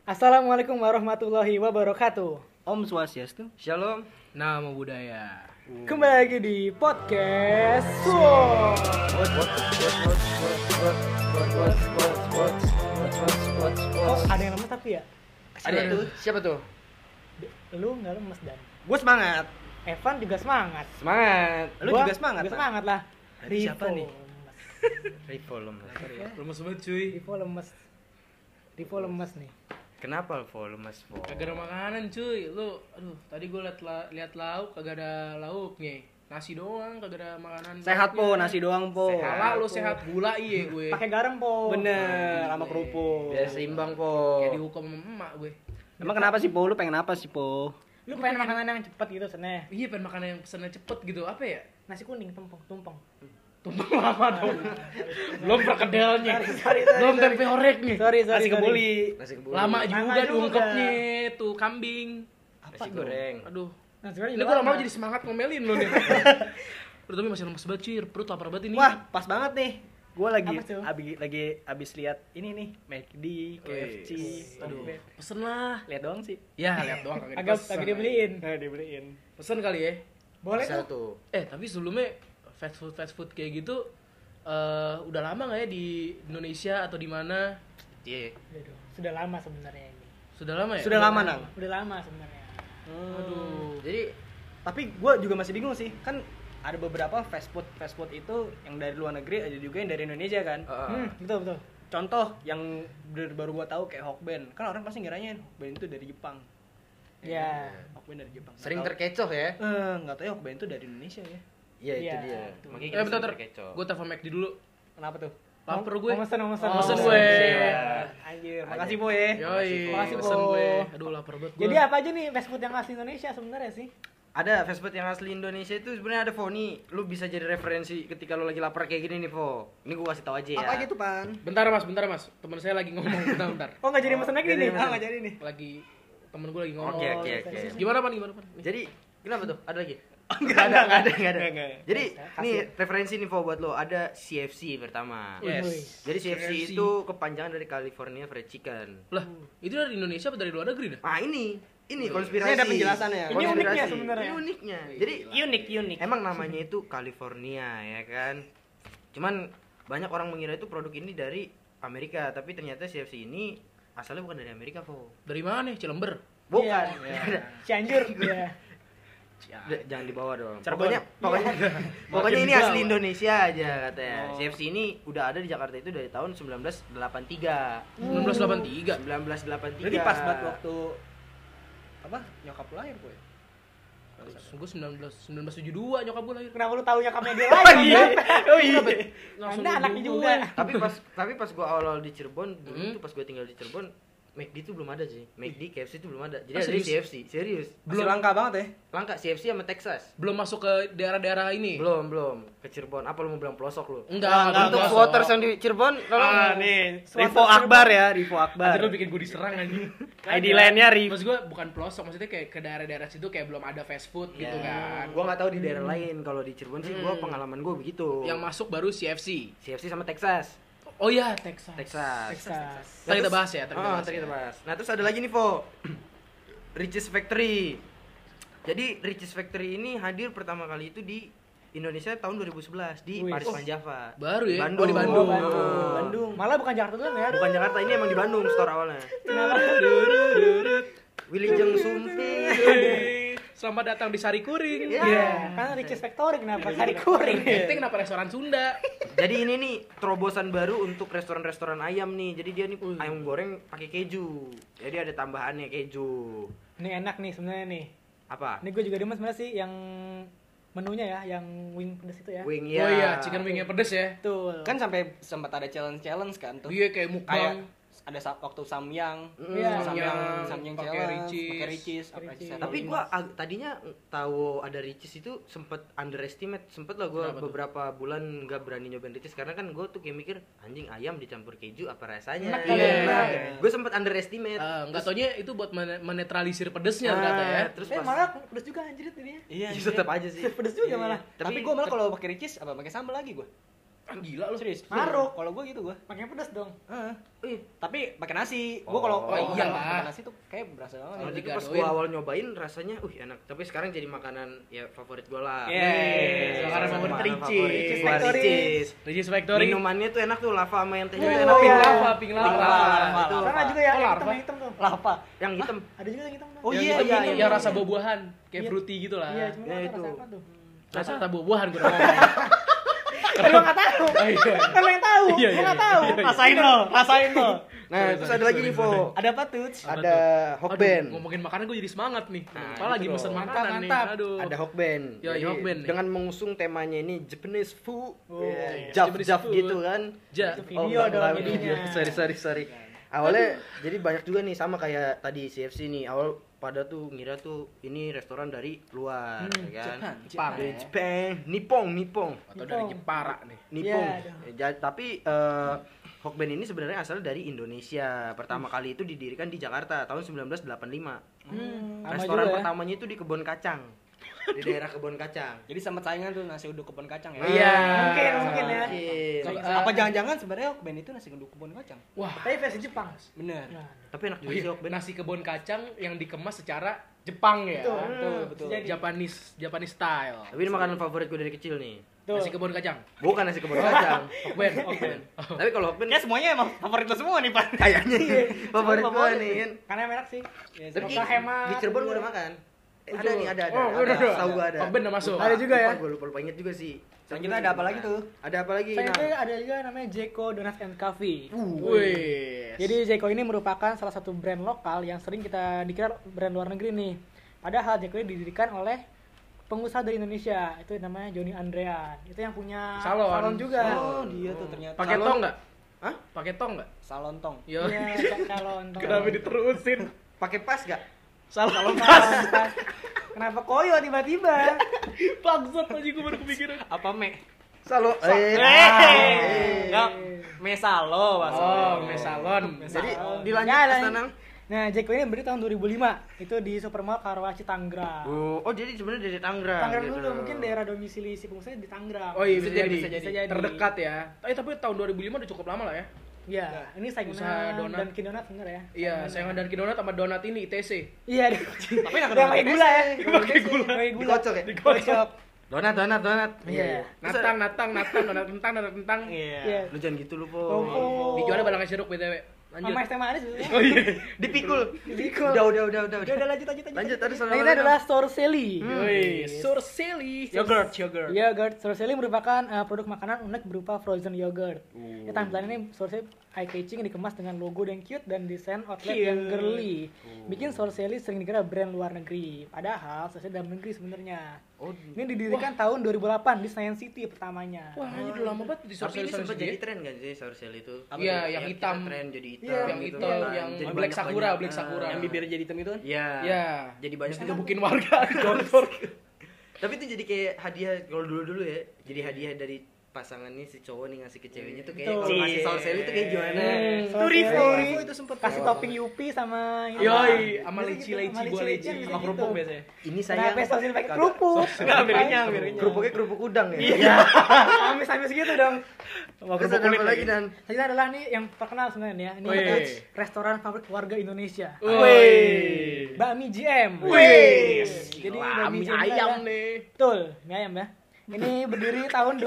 Assalamualaikum warahmatullahi wabarakatuh. Om Swastiastu. Shalom. Nama budaya. Kembali lagi di podcast Swot. Oh, ada yang lemes tapi ya? Ada tuh. Siapa tuh? Lu nggak lemes Dan. Gue semangat. Evan juga semangat. Semangat. Lu Gua juga semangat. Juga semangat lah. Hari siapa Rivo nih? lemes. Rivo lemes. Lemes banget cuy. Rivo lemes nih. Kenapa Rivo lemes? Kagak ada makanan cuy. Lu tadi gue liat lauk kagak ada lauknya. Nasi doang kagak ada makanan. Sehat po, lauknya. nasi doang po. Salah lu sehat gula iya gue. Pakai garam po. Bener, sama kerupuk. Biar seimbang po. Kayak dihukum sama emak gue. Emang kenapa sih po? Lu pengen apa sih po? Lu pengen makanan yang cepet gitu seneh. Iya pengen makanan yang pesannya cepet gitu. Apa ya? Nasi kuning tumpeng. Tumpeng lama dong. Belum perkedelnya. Sorry. Belum tempe oreknya. Sorry. Nasi kebuli. Lama juga diungkepnya tuh kambing. Nasi goreng. Aduh. Nasi goreng Ini juga gue lama lama. jadi semangat ngomelin lo nih. Perut tapi masih lemes banget cuy. Perut lapar banget ini. Wah, pas banget nih. Gue lagi Apa tuh? abis lihat ini nih, McD, KFC. Aduh. Pesen lah. Lihat doang sih. Ya lihat doang kagak Agak dipesen. dibeliin. Dibeliin. Pesen kali ya. Boleh Bisa tuh. tuh. Tapi sebelumnya fast food kayak gitu udah lama nggak ya di Indonesia atau di mana? Iya. Udah dong. Sudah lama sebenarnya ini. Sudah lama ya? Sudah lama, Nang. Udah lama sebenarnya. Aduh. Jadi tapi gue juga masih bingung sih, kan ada beberapa fast food itu yang dari luar negeri, ada juga yang dari Indonesia kan. Betul. Contoh yang baru gue tahu kayak Hokben, kan orang pasti ngiranya Hokben itu dari Jepang. Ya. Hokben dari Jepang. Sering terkecoh ya? Nggak tahu ya Hokben itu dari Indonesia ya. Iya itu Iya, dia. betul. Makanya kita Bentar, sering bentar. terkecoh. Gue telepon McD dulu. Kenapa tuh? Lapar gue. Mau mesen. Mesen gue. Anjir, makasih Po ya. Yoi. Makasih, Pesen Po. gue. Aduh lapar banget gue. Jadi apa aja nih fast food yang asli Indonesia sebenarnya sih? Ada fast food yang asli Indonesia itu sebenarnya ada Vo nih. Lu bisa jadi referensi ketika lu lagi lapar kayak gini nih Vo. Ini gua kasih tahu aja ya. Apa aja tuh, Pan? Bentar mas. Teman saya lagi ngomong. Bentar. Oh, nggak jadi mesen lagi jadi nih? mesen. Nggak jadi nih. Lagi temen gue lagi ngomong. Oke. Gimana pan? Nih. Jadi kenapa tuh? Ada lagi? Enggak ada. Jadi Kasih. nih referensi nih Vo buat lo. Ada CFC pertama. Yes. Jadi CFC CFC. itu kepanjangan dari California Fried Chicken. Lah, itu dari Indonesia apa dari luar negeri dah? Ah ini konspirasi. Ini ada penjelasannya. Ini uniknya Konspirasi. sebenarnya. Ini uniknya. Wih, Jadi Unik. emang namanya itu California ya kan. Cuman banyak orang mengira itu produk ini dari Amerika, tapi ternyata CFC ini asalnya bukan dari Amerika kok. Dari mana? Cilember. Bukan. Iya. Cianjur. Iya. Jangan dibawa dong. Cirebon. Pokoknya ini dibawa. asli Indonesia aja katanya. Oh. CFC ini udah ada di Jakarta itu dari tahun 1983. 1983. 1983. Berarti pas banget waktu apa? Nyokap lahir, Po ya? Gue 1972 nyokap gue lahir. Kenapa lu tahu nyokapnya dia lagi? Oh iya. Langsung Anda anaknya gue. juga. Tapi pas gua awal-awal di Cirebon, dulu Hmm. itu pas gua tinggal di Cirebon, McD itu belum ada sih. McD, KFC itu belum ada. Jadi Ah, ada serius? CFC, serius. Belum langka banget ya. Langka CFC sama Texas. Belum masuk ke daerah-daerah ini. Belum ke Cirebon. Apa lu mau bilang pelosok lu? Enggak, Untuk masuk. voters yang di Cirebon, tolong. nih, Swasta Rivo Akbar ya, Rivo Anjir Akbar. lu bikin gue diserang anjing. ID line-nya Rivo. Maksud gue bukan pelosok, maksudnya kayak ke daerah-daerah situ kayak belum ada fast food gitu kan. Gua nggak tahu di daerah lain. Kalau di Cirebon sih gua pengalaman gua begitu. Yang masuk baru CFC. CFC sama Texas. Oh iya, Texas. Texas. Ntar kita bahas ya, Ntar kita bahas. Nah, terus ada lagi nih, Po. Richeese Factory. Jadi Richeese Factory ini hadir pertama kali itu di Indonesia tahun 2011 di Wih. Paris Panjava. Baru ya? Bandung. Oh, di Bandung. Bandung. Malah bukan Jakarta doang ya. Bukan Jakarta, ini emang di Bandung store awalnya. Kenapa? Wilujeng Sumping. Selamat datang di Sari Kuring. Iya, kan Riches Factory kenapa Sari Kuring? Itu kenapa restoran Sunda? Jadi ini nih terobosan baru untuk restoran-restoran ayam nih. Jadi dia nih ayam goreng pakai keju. Jadi ada tambahannya keju. Ini enak nih sebenarnya nih. Apa? Ini gue juga demen sebenarnya sih yang menunya ya, yang wing pedas itu ya. Wing Oh iya, chicken wingnya pedes ya. Betul. Kan sampai sempat ada challenge kan tuh. Iya kayak mukbang. Kayak ada waktu Samyang, Iya. Samyang pakai challenge, Richeese. pakai Richeese, apa Richeese. Richeese. Tapi gua tadinya tahu ada Richeese itu sempet underestimate, sempet lah gua Kenapa tuh? beberapa bulan nggak berani nyobain Richeese karena kan gua tuh kayak mikir anjing ayam dicampur keju apa rasanya. Enak kali ya. Gue sempet underestimate. Enggak taunya itu buat menetralisir pedesnya Nah, ternyata ya. Terus Eh pas malah pedas juga anjir ini. Iya, ya, tetap aja sih. Pedas juga malah. Tapi gue malah kalau pakai Richeese apa pakai sambal lagi gue. Gila lu. Serius. Maruk. Kalau gue gitu gue. Pakai pedas dong. Tapi pakai nasi. Gue Oh. kalau Oh, iyalah. pakai nasi tuh kayak berasa banget. Kalau Jadi digadoin. pas gua awal nyobain rasanya enak, tapi sekarang jadi makanan ya favorit gua lah. Yeay. Makanan favorit Ricis. Ricis Factory. Ricis. Ricis Factory. Minumannya tuh enak tuh, lava sama yang tehnya Oh, tuh enak. Pink iya. lava, pink lava. lava. Itu Sama juga ya, Oh, yang larva. hitam tuh. Lapa. yang hitam. Ada juga yang hitam tuh. Oh, Yang iya, hitam iya, ini iya. yang rasa buah-buahan, kayak Iya. fruity gitu lah. Iya, cuma Ya, nggak tahu itu. rasa apa tuh. Rasa buah-buahan gue ngomong. Kan lo nggak tahu. Oh, iya. Kan lo yang tahu. Iya, Lo iya, nggak iya. tahu. Rasain lo. Nah, terus ada lagi nih, Po. Ada apa tuh? Ada Hokben. Aduh, ngomongin makanan gue jadi semangat nih. Nah, Apalagi gitu mesen dong. makanan nih. Mantap. Aduh. Ada Hokben. Yo, Jadi, Hokben nih. dengan mengusung temanya ini Japanese food. Oh, Ya, iya. Japanese Jaf food. gitu kan. Ja. Itu video dong enggak, jadinya. Sorry. Awalnya jadi banyak juga nih sama kayak tadi CFC nih. Awal pada tuh ngira tuh ini restoran dari luar, ya kan? Jepang. Dari Jepang, Nippon. Atau dari Jepara nih. Nippon. Iya, Tapi Hokben ini sebenarnya asal dari Indonesia. Pertama kali itu didirikan di Jakarta tahun 1985. Lama Restoran juga ya. pertamanya itu di Kebon Kacang. Di daerah Kebon Kacang. Jadi sama saingan tuh nasi uduk kebun kacang ya. Iya. Mungkin ya. Mungkin. Kalau- Apa jangan-jangan sebenarnya Hokben itu nasi uduk kebun kacang? Wah. Tapi versi Jepang. Bener. Nah, Tapi enak juga sih Hokben. Nasi kebun kacang yang dikemas secara Jepang ya. Betul. Jadi. Japanese style. Tapi ini makanan favorit gue dari kecil nih. tuh. Nasi kebun kacang. Bukan nasi kebun kacang. Hokben. Tapi kalau Hokben Ya semuanya emang favorit lo semua nih, Pak. kayaknya favorit gue Favorit. nih kan. Karena merek sih. Tapi Semoga hemat. di Cirebon gue udah makan. Ada nih, ada. Oh, udah. Tahu gue ada. Hokben udah masuk. Ada juga ya? Gue lupa inget juga sih. Selanjutnya ada apa lagi tuh? Ada apa lagi? Selain Nah, itu ada juga namanya Jeko Donuts and Coffee. Wih. Jadi Jeko ini merupakan salah satu brand lokal yang sering kita dikira brand luar negeri nih. Padahal Jeko ini didirikan oleh pengusaha dari Indonesia. Itu namanya Joni Andrean. Itu yang punya Salon. juga. Oh, dia tuh ternyata. Pakai Salon. tong enggak? Hah? Pakai tong enggak? Salontong. Yo. Iya, calon. Kenapa diterusin? pakai pas gak? Salah. Kenapa koyo tiba-tiba? Bangsat aja gue baru kepikiran. Apa me? Salo. Enggak, mesalo Oh, maksudnya. mesalon. Jadi Salon. dilanjut Ya, ke lanjut. sana. Nah, Jeko ini berdiri tahun 2005. Itu di Supermall Karawaci Tangerang. Oh, jadi sebenarnya dari Tangerang. Tangerang gitu. dulu, mungkin daerah domisili si pengusaha di Tangerang. Oh iya Bisa bisa jadi, jadi, bisa jadi. terdekat ya. Tapi tahun 2005 udah cukup lama lah ya. Iya, ini Usaha saingan donat. Dunkin Donat bener ya. Iya, sayangan dan donat sama donat ini ITC. Iya, Tapi enak yang pakai gula ya. Pakai gula. Pakai gula. Dikocok ya? Dikocok. Donat. Iya. Natang, donat kentang. Iya. Iya. Lu jangan gitu lu, Po. Oh. Dijualnya barang jeruk BTW. Lanjut. Sama es teh manis sebenarnya. Oh iya. Dipikul. Dipikul. Udah. Udah lanjut. Lanjut tadi Nah, ini adalah Sorcelli. Wih, Sorcelli. Yogurt. Yogurt Sorcelli merupakan produk makanan unik berupa frozen yogurt. Ya, tampilan ini Sorcelli eye catching dikemas dengan logo yang cute dan desain outlet yang girly. Bikin Sorcelli sering dikira brand luar negeri. Padahal Sorcelli dalam negeri sebenarnya. Oh, Ini didirikan tahun 2008 di Science City pertamanya. Wah, ini udah lama banget di tapi ini Sorcelli sempat sendiri. jadi tren kan sih Sorcel itu? Iya, yang kita hitam. Tren jadi hitam. Iya, yang gitu hitam, kan. yang Jadi Black Sakura, banyak-banyak. Black Sakura. Yang bibirnya jadi hitam itu kan? Iya. Iya. Jadi banyak Itu bukin warga di kantor. Tapi itu jadi kayak hadiah kalau dulu ya. Jadi hadiah dari pasangan nih si cowok nih ngasih ke ceweknya tuh kayak Betul. kalau ngasih Sorcel itu kayak gimana? Itu Rivo itu sempet kasih topping Yupi sama ini. Yoi, sama Gitu, leci-leci, sama buah leci-leci, leci. gitu. sama kerupuk biasanya. Ini sayang. Kenapa Sorcelli pakai kerupuk? Enggak, miripnya. Kerupuknya kerupuk udang ya. Iya. Amis-amis gitu dong. Terus ada apa lagi dan? Ini adalah nih yang terkenal sebenarnya. Ini Wih. adalah restoran favorit keluarga Indonesia. Wih. Bakmi GM. Wih. Jadi Wah, bakmi mie GM ini ayam adalah- nih. Betul, mie ayam ya. Ini berdiri tahun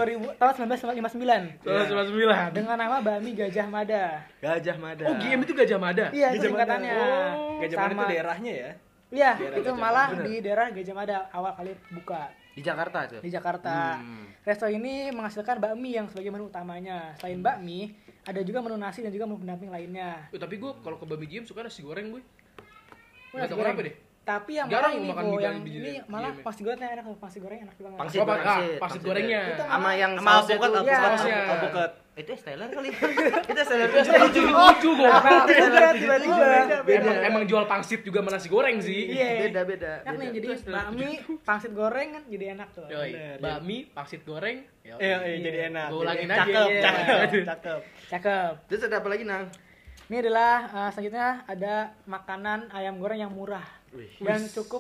1959 1999. dengan nama Bakmi Gajah Mada. Gajah Mada. Oh, GM itu Gajah Mada. Iya, itu Gajah Mada. singkatannya. Oh, Gajah Mada itu daerahnya ya. Iya, Daerah itu Gajah malah Mada. di daerah Gajah Mada awal kali buka Di Jakarta tuh. di Jakarta. Resto ini menghasilkan bakmi yang sebagai menu utamanya. Selain bakmi, ada juga menu nasi dan juga menu pendamping lainnya. Tapi gue kalau ke Babi GM suka nasi goreng gue. Nasi Nggak tahu goreng. kenapa deh. Tapi yang Jarang malah ini makan Bo, mie yang di ini GM. malah pasti gorengnya enak, pasti goreng enak banget. Pangsit, Oh, pangsit, pangsit gorengnya. Itu sama yang Sama sausnya alpukat, tuh. Iya. sausnya. alpukat. Itu es teler kali. Itu es teler. Lucu gue. Beda tiba-tiba. Emang jual pangsit juga sama nasi goreng sih. Iya. Beda. Enak nih, jadi bakmi, pangsit goreng kan jadi enak tuh. Yoi, Bener. bakmi, pangsit goreng. Yoi. Iya, jadi enak. Gua ulangin Jadi aja, Cakep, iya. cakep. Cakep. Terus ada apa lagi, Nang? Ini adalah selanjutnya ada makanan ayam goreng yang murah dan cukup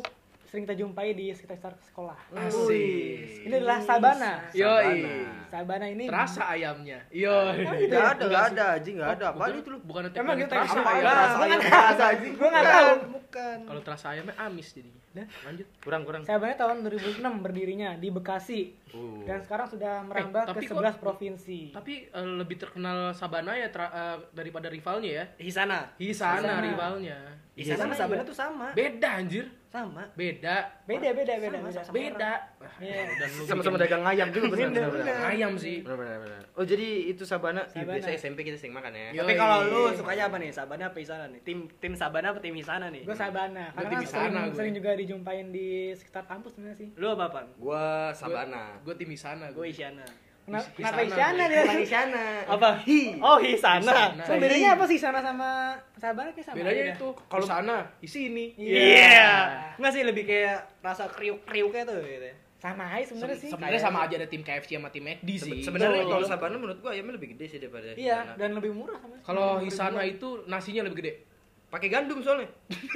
sering kita jumpai di sekitar sekolah. Asik. Ini adalah Sabana. Yoi. Sabana ini Terasa ayamnya. Yoi. Enggak ada, anjing enggak ada. Apaan itu lu? Bukan Emang gitu terasa apa ayam. ya? Terasa ayam terasa anjing. Gue nggak tahu. Bukan. Kalau terasa ayamnya amis jadinya. Lanjut. Kurang. Sabana tahun 2006 berdirinya di Bekasi. Dan sekarang sudah merambah tapi ke kok- 11 provinsi. Tapi lebih terkenal Sabana ya daripada rivalnya ya. Hisana. Hisana rivalnya. Hisana sama Sabana tuh sama. Beda anjir. Sama. Beda. Beda. Beda. Iya. Dan lu Sama-sama dagang ayam juga benar. ayam sih. Benar. Oh jadi itu Sabana. Sabana. Biasa SMP kita sering makan ya. Yo. Tapi Yoi. kalau lu sukanya apa nih? Sabana apa Hisana nih? Tim Sabana apa tim Hisana nih? Gue Sabana. Gua Karena tim Hisana, gue. sering juga dijumpain di sekitar kampus sebenarnya sih. Lu apa, Pan? Gua Sabana. Gue tim Hisana. Gue Isyana. Kenapa Hisana, Isyana gue. dia? Bukan Isyana. Apa? Oh, Hisana. Hisana. So, bedanya apa sih sana sama Sabana kayak sama Bedanya aja. itu kalau sana isi ini. Iya. Enggak sih, lebih kayak rasa kriuk-kriuknya tuh gitu. Sama aja sebenarnya sih. Sebenarnya sama aja ada tim KFC sama tim McD sih. Sebenarnya Betul. kalau Sabana menurut gua ayamnya lebih gede sih daripada Iya, Hisana. dan lebih murah sama. Kalau Hisana itu nasinya lebih gede. Pakai gandum soalnya.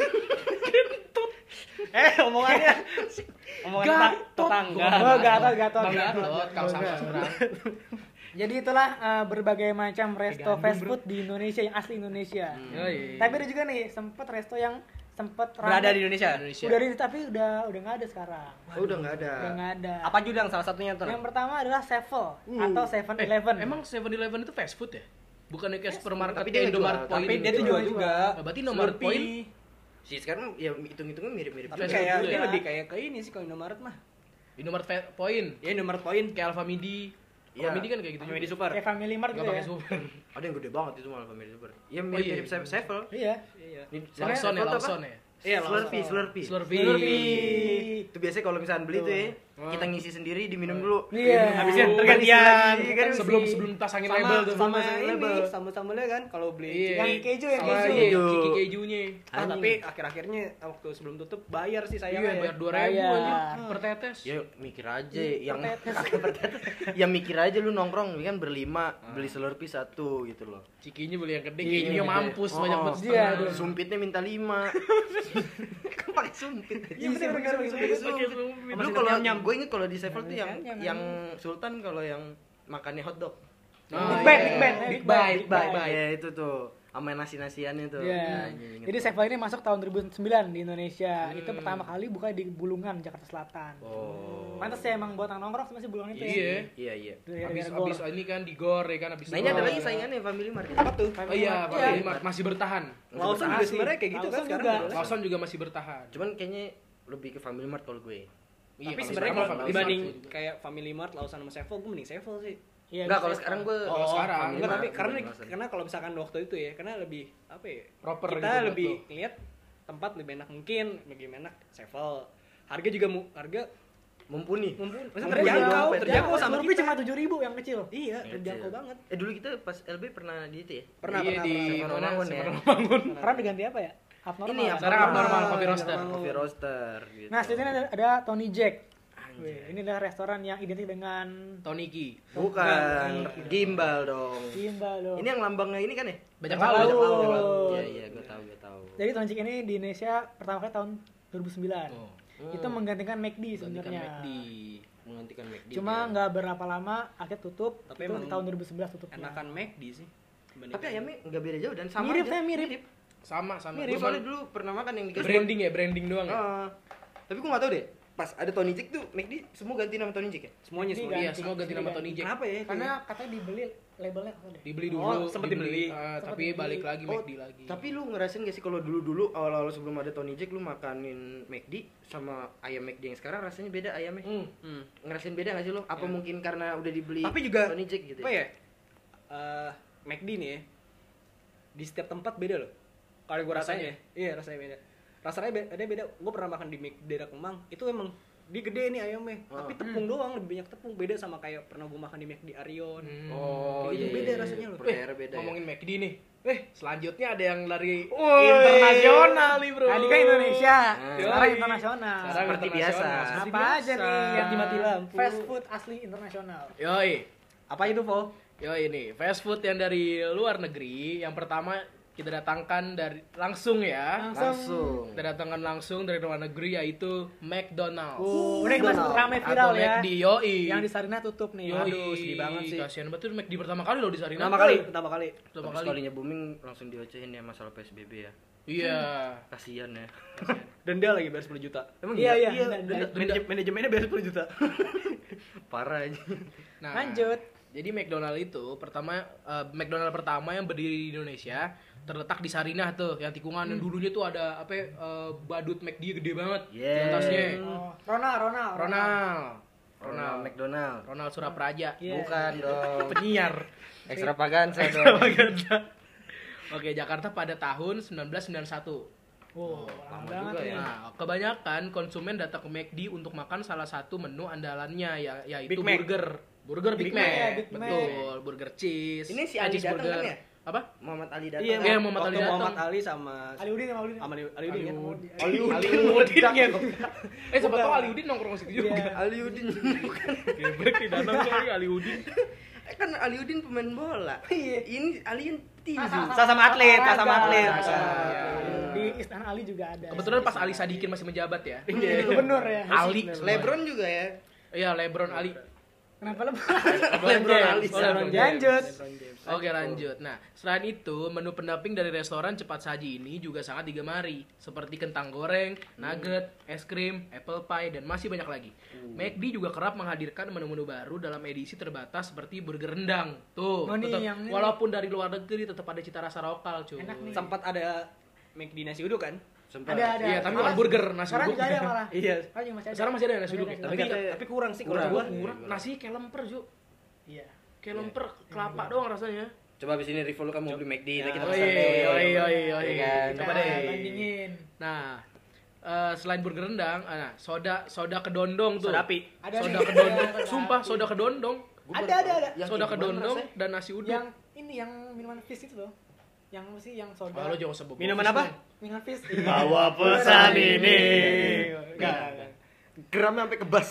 Omongannya tetangga. Oh, gatot. Bang Gatot kalau sama seberang. Jadi itulah berbagai macam resto fast food di Indonesia yang asli Indonesia. Yoi. Tapi ada juga nih sempet resto yang sempet Berada di Indonesia. Indonesia. tapi udah nggak ada sekarang. Oh, udah enggak ada. Udah nggak ada. Apa Judang salah satunya tuh? Yang pertama adalah Sevel atau 7-Eleven. Emang 7-Eleven itu fast food ya? Bukannya kayak supermarket tapi dia kayak Indomaret ngejual. Point. Tapi dia tuh jual juga. Nah, berarti Indomaret Slurpee. Point Sih sekarang ya hitung-hitungnya mirip-mirip Tapi Fast juga. food kayak dulu dia ya. lebih kayak ke ini sih kalau Indomaret mah. Indomaret Point. Ya Indomaret Point. Kayak Alfamidi. Iya. Alfamidi kan kayak gitu. Family juga. Super. Kayak Family Mart Enggak gitu pakai ya. super. Ada yang gede banget itu malah Family Super. Ya Oh, iya. mirip-mirip Sevel. Iya. Iya. Lawson ya, Sevel tuh apa? Lawson ya. Iya, Slurpee. Slurpee. Itu biasanya kalau misalnya beli tuh ya, kita ngisi sendiri diminum dulu. Iya. Habisnya Minum, tergantian. ngisi lagi, kan. Sebelum pasangin label tuh. sama pasangin ini label. sambal-sambalnya kan kalau beli Iya. Yang keju, yang Sama keju. iya, Keju. kiki kejunya. tapi akhir-akhirnya waktu sebelum tutup bayar sih sayangnya. Iya, bayar 2.000 Bayar. aja per tetes. Ya mikir aja yang ya mikir aja lu nongkrong kan berlima beli Slurpee 1 gitu loh. Cikinya beli yang gede, Iya, kejunya gede. mampus banyak banget. Iya, setengah. aduh. Sumpitnya minta 5. Kan pakai sumpit. Iya, bener. Pakai sumpit. Lu kalau gue inget kalau di Sevel tuh Nyam-nyam. yang Sultan kalau yang makannya hotdog. Oh, Big iya. Bite. Big Bite, Big Bite. Ya itu tuh sama nasi-nasiannya tuh. Iya. Nah, inget. Jadi Sevel ini masuk tahun 2009 di Indonesia. Itu pertama kali buka di Bulungan, Jakarta Selatan. Oh. Pantes ya emang buat nongkrong masih Bulungan itu ya. Iya. Iya. Habis Gara-gara gor. habis ini kan di gor ya kan habis. Nah ini ada gor. lagi saingannya Family Mart. Apa tuh? Oh iya, Iya. Family Mart masih bertahan. Lawson juga sebenarnya kayak gitu kan Lawson sekarang. juga. juga. Lawson juga masih bertahan. Cuman kayaknya lebih ke Family Mart kalau gue. Iya, Tapi kalau sebenarnya sekarang kalau mah dibanding Family Mart. kayak Family Mart, Lawson sama Sevel, gue mending Sevel sih. Iya, Enggak di kalau Sevel. sekarang gue Oh, sekarang. Family Enggak, Mart tapi karena dibanding Lawson. karena kalau misalkan waktu itu ya, karena lebih apa ya? Proper kita gitu lebih buat lo. lihat tempat lebih enak mungkin, lebih enak Sevel. Harga juga harga mumpuni. mumpuni. Maksudnya Mumpuni terjangkau, dompet. terjangkau sama Slurpee kita. cuma 7.000 yang kecil. Iya, Kecil. terjangkau banget. Dulu kita pas LB pernah di itu ya? Pernah Iya, di Seven mana? Romangun ya? Seven Romangun. Sekarang diganti apa ya? Abnormal. Ini ya? Sekarang abnormal coffee roaster. Coffee roaster gitu. Nah, selanjutnya ada Tony Jack. Anjay. Wih, ini adalah restoran yang identik dengan Toniki. Bukan gimbal dong. gimbal dong. Ini yang lambangnya ini kan ya? Bajak Bajak laut. laut. Iya, gue tahu. Jadi Tony Jack ini di Indonesia pertama kali tahun 2009. Oh. Itu menggantikan McD Gantikan sebenarnya. McD. Menggantikan McD. Cuma nggak berapa lama akhirnya tutup. Tapi Itu emang di tahun 2011 tutupnya. Enakan McD sih. Tapi ayamnya nggak beda jauh dan sama Mirip, aja. saya mirip. Sama. Gue soalnya dulu pernah makan yang dikasih Branding ya, branding doang ya. tapi gue nggak tahu deh. Pas ada Tony Jack tuh, McD semua ganti nama Tony Jack ya? Semuanya Ini semua. Iya, semua ganti nama Tony Jack. Kenapa ya? Karena katanya dibeli labelnya apa deh. Dibeli dulu, Oh, sempet dibeli. tapi balik lagi McD lagi. Tapi lu ngerasain gak sih kalau dulu awal-awal sebelum ada Tony Jack lu makanin McD sama ayam McD yang sekarang rasanya beda ayamnya? Ngerasain beda gak sih lu? Apa mungkin karena udah dibeli Tapi juga Tony Jack gitu apa ya? McD nih ya. Di setiap tempat beda loh. Kalau gue rasain ya. Iya, rasanya beda. Rasanya beda. Gue pernah makan di McD daerah Kemang, itu emang dia gede nih ayamnya, tapi tepung doang, lebih banyak tepung. Beda sama kayak pernah gue makan di McD Arion. Oh, Itu beda rasanya loh. Per daerah beda ya. Ngomongin McD nih. Selanjutnya ada yang dari internasional nih, Bro. Tadi kan Indonesia, Nah. sekarang internasional. Sekarang Seperti internasional. biasa. Seperti Apa aja biasa. nih yang Mati lampu. fast food asli internasional. Yoi. Apa itu, Vo? Yoi ini fast food yang dari luar negeri. Yang pertama kita datangkan langsung ya. Langsung. Kita datangkan langsung dari luar negeri yaitu McDonald's. Udah mas ramai viral Atau ya. McD, yoi. Yang di Sarina tutup nih. Yoi. Aduh, sedih banget sih. Kasihan banget tuh McD pertama kali loh di Sarina. Pertama kali. Pertama Pertama Tapi kali. sekalinya booming langsung diocehin ya masalah PSBB ya. Iya. Kasihan ya. Denda lagi bayar 10 juta. Emang Iya, iya? iya. Manajemennya bayar 10 juta. Parah aja. Nah, Lanjut. Jadi McDonald itu McDonald pertama yang berdiri di Indonesia terletak di Sarinah tuh, yang tikungan yang dulunya tuh ada badut McD gede banget di Yeah. atasnya. Oh, Ronald. Ronald McDonald. Ronald Surapraja. Iya. Bukan dong. Penyiar. Ekstravaganza dong. Oke, Jakarta pada tahun 1991. Wow, lama banget juga ya. Nah, kebanyakan konsumen datang ke McD untuk makan salah satu menu andalannya yaitu Big Mac. burger Big Big Mac, Mac. ya, Big Mac. Betul, burger cheese. Ini si Ali datang cheeseburger. kan ya? Apa? Muhammad Ali datang. Iya, Iya, Muhammad Ali waktu datang. Muhammad Ali sama Aliudin sama Aliudin. Aliudin kan? Aliudin ya. Siapa tahu Aliudin nongkrong situ juga. Iya. Aliudin. Geblek di danau kali Aliudin. Kan Aliudin pemain bola. Iya. Ini Aliudin tizu. Sama atlet, sama atlet. Di Istana Ali juga ada. Kebetulan pas Ali Sadikin masih menjabat ya. Gubernur ya. Ali. LeBron juga ya. Iya, LeBron Ali. Kenapa lebih? LeBron Ali. Oh, LeBron lanjut. Oke, lanjut. Nah, selain itu, menu pendamping dari restoran cepat saji ini juga sangat digemari, seperti kentang goreng, nugget, es krim, apple pie, dan masih banyak lagi. McD juga kerap menghadirkan menu-menu baru dalam edisi terbatas seperti burger rendang. Tuh, Oh, nih, tetap- yang ini. walaupun dari luar negeri tetap ada cita rasa lokal, cuy. Enak nih. Sempat ada McD nasi uduk kan? Ada. Iya, tapi Malah bukan burger, nasi Sekarang uduk. juga ada malah. Iya. Sekarang juga masih ada. Sekarang masih ada nasi uduk. Ada, Tapi tapi kurang sih kurang, kurang. kurang. Nasi kayak lemper, Ju. Iya. Kayak lemper kelapa doang rasanya. Coba abis ini Rivo lu kan mau beli McD, kita Oh, pesan iya, deh. iya, iya. Iya kan? Coba Kita deh. bandingin. Nah, selain burger rendang, soda kedondong tuh. Soda api. Ada Soda nih. kedondong. Soda Sumpah, api. soda kedondong. Ada. Yang Soda kayak gimana kedondong rasanya? dan nasi uduk. Yang ini yang minuman fizz itu loh. Yang apa sih yang soda. Ah, lo jangan sebut. Minuman apa? Minuman fizz. Bawa pesan ini. Enggak. Gramnya sampai kebas.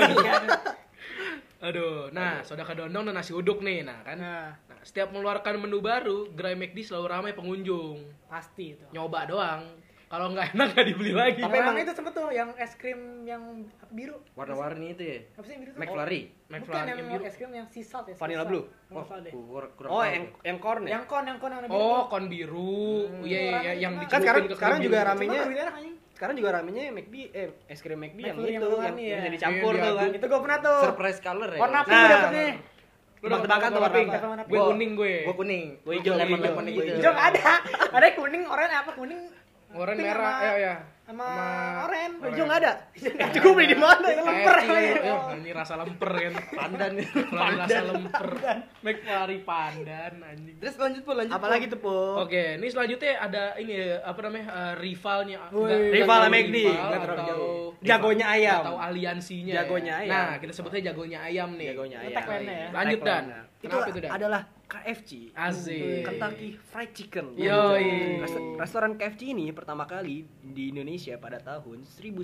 Aduh, nah soda kedondong dan nasi uduk nih, nah kan. Nah, Nah, setiap mengeluarkan menu baru, gerai McD selalu ramai pengunjung. pasti itu. Nyoba doang. Kalau nggak enak nggak dibeli lagi. Tapi emang itu sempet tuh yang es krim yang apa, biru. Warna-warni itu ya. Apa sih yang biru tuh? McFlurry. Bukan McFlurry yang yang biru. es krim yang sea salt ya. sea Vanilla salt. blue? Lupa deh. Kurang Oh, tahu. yang corn ya? Yang kon yang warna biru. Oh, tuh. kon biru. Iya, iya, yang Kan dicelupin sekarang- ke sekarang krim juga biru. rame. Cuma Ramenya- lebih enak, anjing. Sekarang juga ramenya McD es krim McD yang McFlurry itu yang yang warna ya. bisa dicampur Iya, tuh kan. Itu gue pernah tuh. Surprise color ya. Warna pink Nah. gue dapet nih. Lu udah Tebak-tebakan tuh warna pink. apa? Warna Gue pink. kuning gue. Gua kuning. Gua hijau, Lemon-lemon hijau. hijau. Hijau nggak ada. Ada kuning, oranye apa kuning? Warna Pink merah, sama- ya. Sama Sama oranye. oranye. Hijau nggak ada. Itu gue beli di mana? Itu lemper. Ini rasa lemper kan. Pandan. Kalau ada rasa lemper. McFlurry pandan anjing. Terus lanjut po, lanjut. Apalagi tuh, Po? Oke, ini selanjutnya ada ini apa namanya rivalnya. Wih. Nggak Rival tahu McD. rival Nggak terlalu atau jauh. Jagonya ayam. Atau aliansinya. Jagonya ya. ayam. Nah, kita sebutnya jagonya ayam nih. Jagonya Itu ayam. tagline-nya ya. Lanjut Dan. Itu Kenapa itu Dan? adalah KFC. Asik. Kentucky Fried Chicken. Yoi. Restoran KFC ini pertama kali di Indonesia pada tahun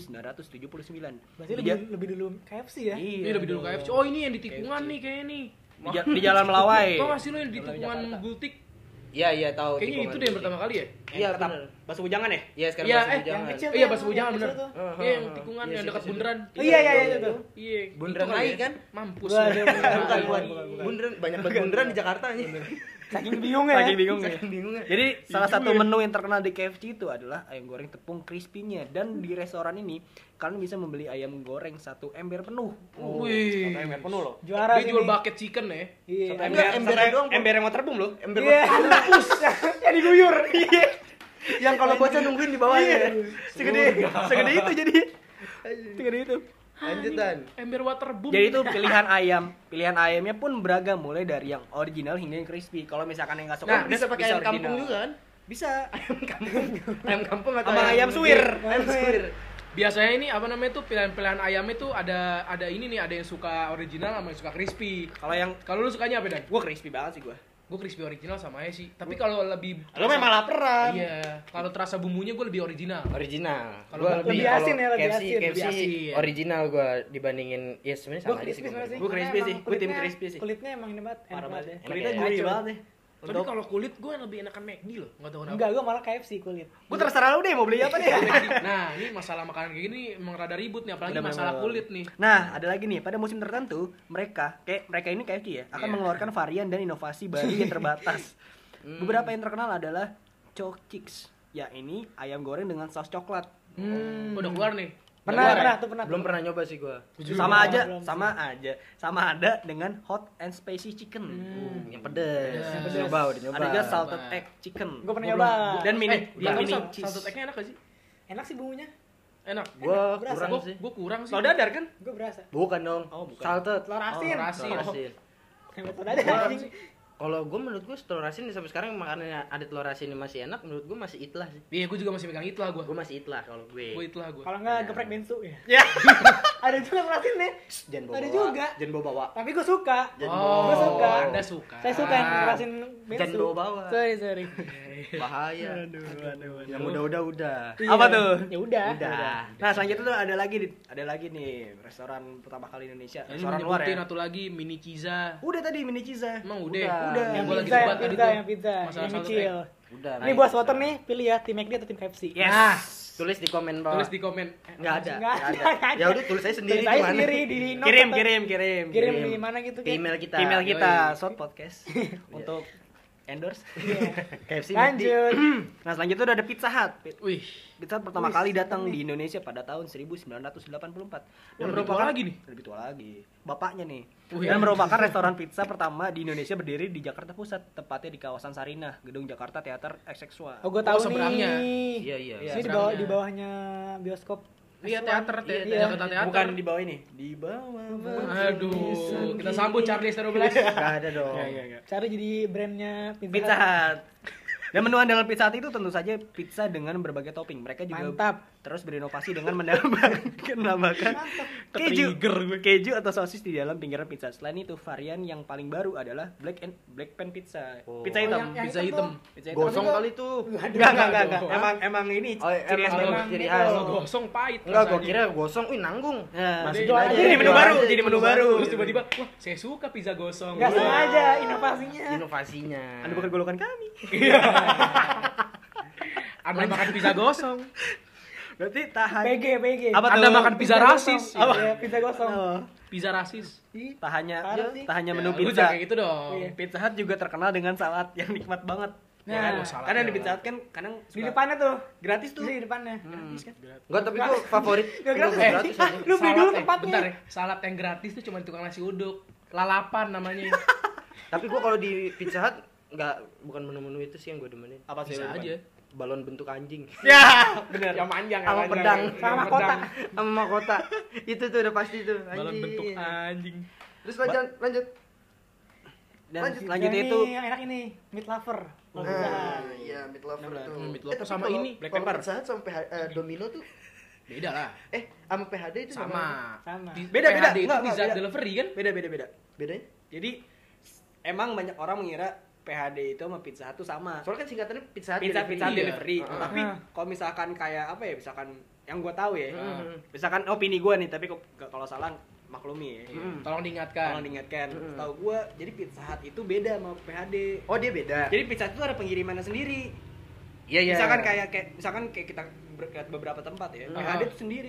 1979. Berarti Di lebih dulu KFC ya. Ini lebih dulu KFC. Oh, ini yang di tikungan nih kayaknya nih. Di Jalan Melawai. Tau gak sih lo yang di tikungan Gultik? Iya, iya tahu. Kayaknya itu deh yang pertama kali ya? Iya, Tetap benar. Bakso bujangan ya? Iya, sekarang Iya, masih yang jangan. kecil. Iya, Bakso Bujangan Yang bener. kecil tuh. Iya, yang tikungan yang dekat bundaran. Iya itu. Iya. Bundaran itu kali Nai ya? kan? Mampus. Bukan, Bukan. Bundaran banyak banget bundaran di Jakarta nih. Saking bingung ya. Saking bingung ya. Saking bingung ya. Jadi salah satu menu yang terkenal di KFC itu adalah ayam goreng tepung crispy-nya, dan di restoran ini kalian bisa membeli ayam goreng satu ember penuh. Wih. Satu ember penuh loh. Juara Dia jual sini. bucket chicken ya. Iya. Satu Enggak, ember, embernya doang, Po. ember yang waterboom loh. Ember Iya. Mampus. Yang diguyur. Iya. yang kalau bocah nungguin di bawahnya. Segede itu jadi. Segede itu. Lanjut Dan. Ember waterboom. Jadi itu pilihan ayamnya pun beragam, mulai dari yang original hingga yang crispy. Kalau misalkan yang nggak suka Nah, pedas, Bisa pakai ayam original. kampung juga kan? Bisa. Ayam kampung. Ayam kampung atau Sama ayam suwir. Ayam suwir. Biasanya ini apa namanya tuh pilihan-pilihan ayam itu ada ini nih, ada yang suka original sama yang suka crispy. Kalau lu sukanya apa Dan? Gua crispy banget sih gua. Gue crispy original sama aja sih. Tapi kalau lebih Lo memang laparan. Iya, kalau terasa bumbunya gue lebih original. Original. Kalau Gua lebih kalau asin ya, lebih KFC, asin. KFC Lebih asin. original gua dibandingin ya sebenarnya Gue sama aja sih. crispy sebenarnya sih. Gua Karena crispy emang sih. Gua tim kulitnya- crispy sih. Kulitnya emang ini banget. Parah enak banget. banget ya. Kulitnya ya. gurih Hancur. banget nih. Tapi kalau kulit gue lebih enakan McD loh, nggak tahu kenapa. Enggak, gue malah KFC kulit. Gue terserah lu deh mau beli apa deh. Nah, ini masalah makanan kayak gini emang rada ribut nih, apalagi Bener-bener. masalah kulit nih. Nah, ada lagi nih, pada musim tertentu mereka ini KFC ya, akan Iya. mengeluarkan varian dan inovasi baru yang terbatas. Beberapa yang terkenal adalah Choc Chicks, ya ini ayam goreng dengan saus coklat. Udah keluar nih. Pernah. Belum pernah nyoba sih gua. Sama belum ada dengan hot and spicy chicken. Yang pedes. Yang pedes. Udah nyoba. Ada juga salted egg chicken. Gue pernah nyoba. Dan mini Salted cheese. egg-nya enak gak sih? Enak sih bumbunya. Enak. Gua Berasa. kurang sih. Gue kurang sih. Lo dadar kan? Gue berasa. Bukan dong. Oh, bukan. Salted. Telur asin. asin. Telur asin. Yang betul ada anjing. Kalau gue menurut gue telur asin sampai sekarang makanannya ada telur asin yang masih enak, menurut gue masih itlah sih. Iya, gue juga masih megang itlah gue. Gue masih itlah kalau gue. Gue itlah gue. Kalau enggak geprek bensu ya. Ya. Ada juga telur asin nih. Jangan bawa. Ada juga. Jangan bawa. Tapi gue suka. Jangan Oh, Gue suka. Anda suka. Saya suka yang telur asin bensu. Jangan bawa-bawa. Sorry. Bahaya. Aduh. Yang udah. Iya. Apa tuh? Ya udah. Udah. Nah, selanjutnya tuh ada lagi nih restoran pertama kali Indonesia. Ini Restoran luar nyebutin ya. satu lagi mini Ciza. Udah tadi mini Ciza. Emang Udah. udah. Yang Gua lagi pizza, debat tadi tuh. yang pizza, Masalah yang salted kecil. Udah. Ini buat voter nih, pilih ya tim McD atau tim KFC. Yes. Nah, Tulis di komen bawah. tulis di komen. Enggak ada. Nggak ada. Ya udah tulis aja sendiri Tulis aja di mana. sendiri di note Kirim atau- kirim. Kirim di mana gitu Ke kan. email kita. Email kita Yoi. Short Podcast untuk endorse KFC. Lanjut. Nah, selanjutnya udah ada Pizza Hut. Wih, Pizza Hut pertama kali datang di Indonesia pada tahun 1984 dan lebih tua lagi nih. Lebih tua lagi. Bapaknya nih. Wih. Dan merupakan restoran pizza pertama di Indonesia berdiri di Jakarta Pusat, tepatnya di kawasan Sarinah, Gedung Jakarta Teater XX1. Oh, gue tahu seberangnya. nih. Iya. Iya. Ini di bawah di bawahnya bioskop. Iya teater, Iya. Jakarta Teater. Bukan di bawah ini, di bawah. Aduh, kita sambut Charlie 12. Enggak ada dong. Cari jadi brandnya Pizza Hut. Dan menu andalan Pizza Hut itu tentu saja pizza dengan berbagai topping. Mereka juga Mantap. terus berinovasi dengan menambahkan keju atau sosis di dalam pinggiran pizza. Selain itu, varian yang paling baru adalah black pan pizza. Oh. Pizza hitam. yang Pizza hitam hitam. Pizza hitam. Gosong kali tuh. Enggak. Emang ini Oh, ciri khas emang memang. ciri gitu. khas. Kalau gosong pahit. Enggak, gua rasanya. kira gosong, nanggung. Nah, Masih jadi jual aja. jadi menu Jual baru, aja, jadi menu jual baru. Terus tiba-tiba, wah saya suka pizza gosong. Enggak Wah. sengaja inovasinya. Inovasinya. Anda bukan golongan kami. Anda makan pizza gosong. Berarti tahan. PG. Apa Anda tuh? makan pizza rasis. Iya, pizza gosong. Pizza rasis. Tak hanya Parah sih. menu Ya, lu pizza. jangan kayak gitu dong. Iya. Pizza Hut juga terkenal dengan salad yang nikmat banget. Nah, Ya kan? saladnya Karena di lah. Pizza Hut kan kadang Di suka depannya tuh. gratis tuh. Di depannya. Enggak, tapi gua favorit. Gak Gua gratis. gratis aja. Lu beli dulu Salad tempatnya. bentar ya. Salad yang gratis tuh cuma di tukang nasi uduk. Lalapan namanya. Tapi gua kalau di Pizza Hut bukan menu-menu itu sih yang gua demenin. Apa sih? Bisa aja. Balon bentuk anjing. Ya, benar. Yang panjang, Sama pedang. Sama mahkota. Sama mahkota. Itu tuh udah pasti tuh. Balon anjing. bentuk anjing. Terus lanjut. Dan Lanjut. selanjutnya Yang itu ini, yang enak ini, meat lover. Kalau Pizza Hut. Iya, meat lover tuh. Meat lover tapi sama kalau- ini, Black kalau pepper. Pizza Hut sama Domino tuh Beda lah. sama PHD itu Sama. Sama. Beda. PHD itu Enggak, pizza beda. delivery kan? beda. bedanya? Jadi emang banyak orang mengira PHD itu sama Pizza Hut tuh sama. Soalnya kan singkatannya Pizza Hut Pizza delivery. Iya. delivery. Tapi Ah. kalau misalkan kayak apa ya? Misalkan yang gua tahu ya. Hmm. Misalkan opini gua nih, tapi kalau salah maklumi ya. Tolong diingatkan. Tolong diingatkan. Tahu gua, jadi Pizza Hut itu beda sama PHD. Oh, dia beda. Jadi Pizza Hut itu ada pengirimannya sendiri. Iya. Misalkan kayak kita ke beberapa tempat ya. PHD itu sendiri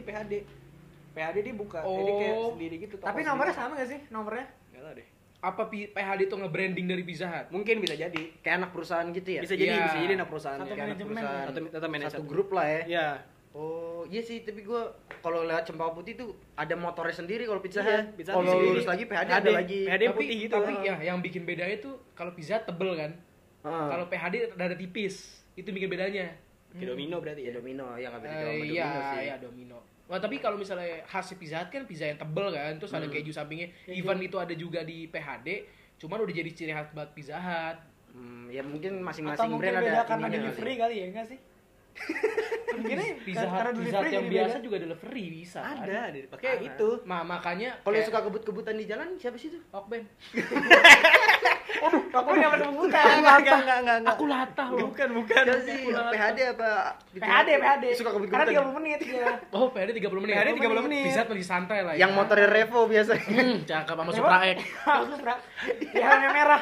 PHD dia buka. Jadi kayak Oh. sendiri gitu. Tapi toko nomornya sendiri. sama gak sih? Nomornya? Nggak tahu deh. Apa PHD itu nge-branding dari Pizza Hut? Mungkin bisa jadi. Kayak anak perusahaan gitu ya. Bisa jadi, Iya. bisa jadi anak perusahaan. Satu Kayak anak manajemen. perusahaan. Satu manajemen. Satu grup lah ya. Iya. Oh, iya sih, tapi gua kalau lewat Cempaka Putih tuh ada motornya sendiri kalau Pizza Iya, Hut. Pizza Hut Kalau sendiri. lurus lagi PHD ada lagi. PHD putih gitu. Tapi ya yang bikin bedanya itu kalau Pizza Hut tebel kan. Heeh. Kalau PHD rada tipis. Itu bikin bedanya. Kayak Domino berarti Ya ya. Domino yang nggak beda jauh sama Iya, Domino sih. iya Domino. Wah, tapi kalau misalnya khas Pizza Hut kan pizza yang tebel kan, terus ada keju sampingnya. Even itu ada juga di PHD, cuman udah jadi ciri khas banget Pizza Hut. Ya mungkin Atau masing-masing mungkin brand beda ada karena ininya delivery kali. kali ya, enggak sih? Mungkin Pizza Hut, karena Pizza Hut delivery yang jadi biasa beda. juga delivery bisa. kan? Ada, pakai itu. Makanya Kalau yang kayak suka kebut-kebutan di jalan siapa sih tuh? Okben. Aku nggak pernah buka. Enggak. Aku latah loh. Bukan. Siapa sih? PHD apa? PHD. Suka Karena kebut-kebutan. 30 menit ya. Oh, PHD 30 menit. PHD 30 menit. Pizza Hut masih santai lah. Yang ya. motornya Revo biasa. Cakep sama Supra X. Aku Supra. Yang merah.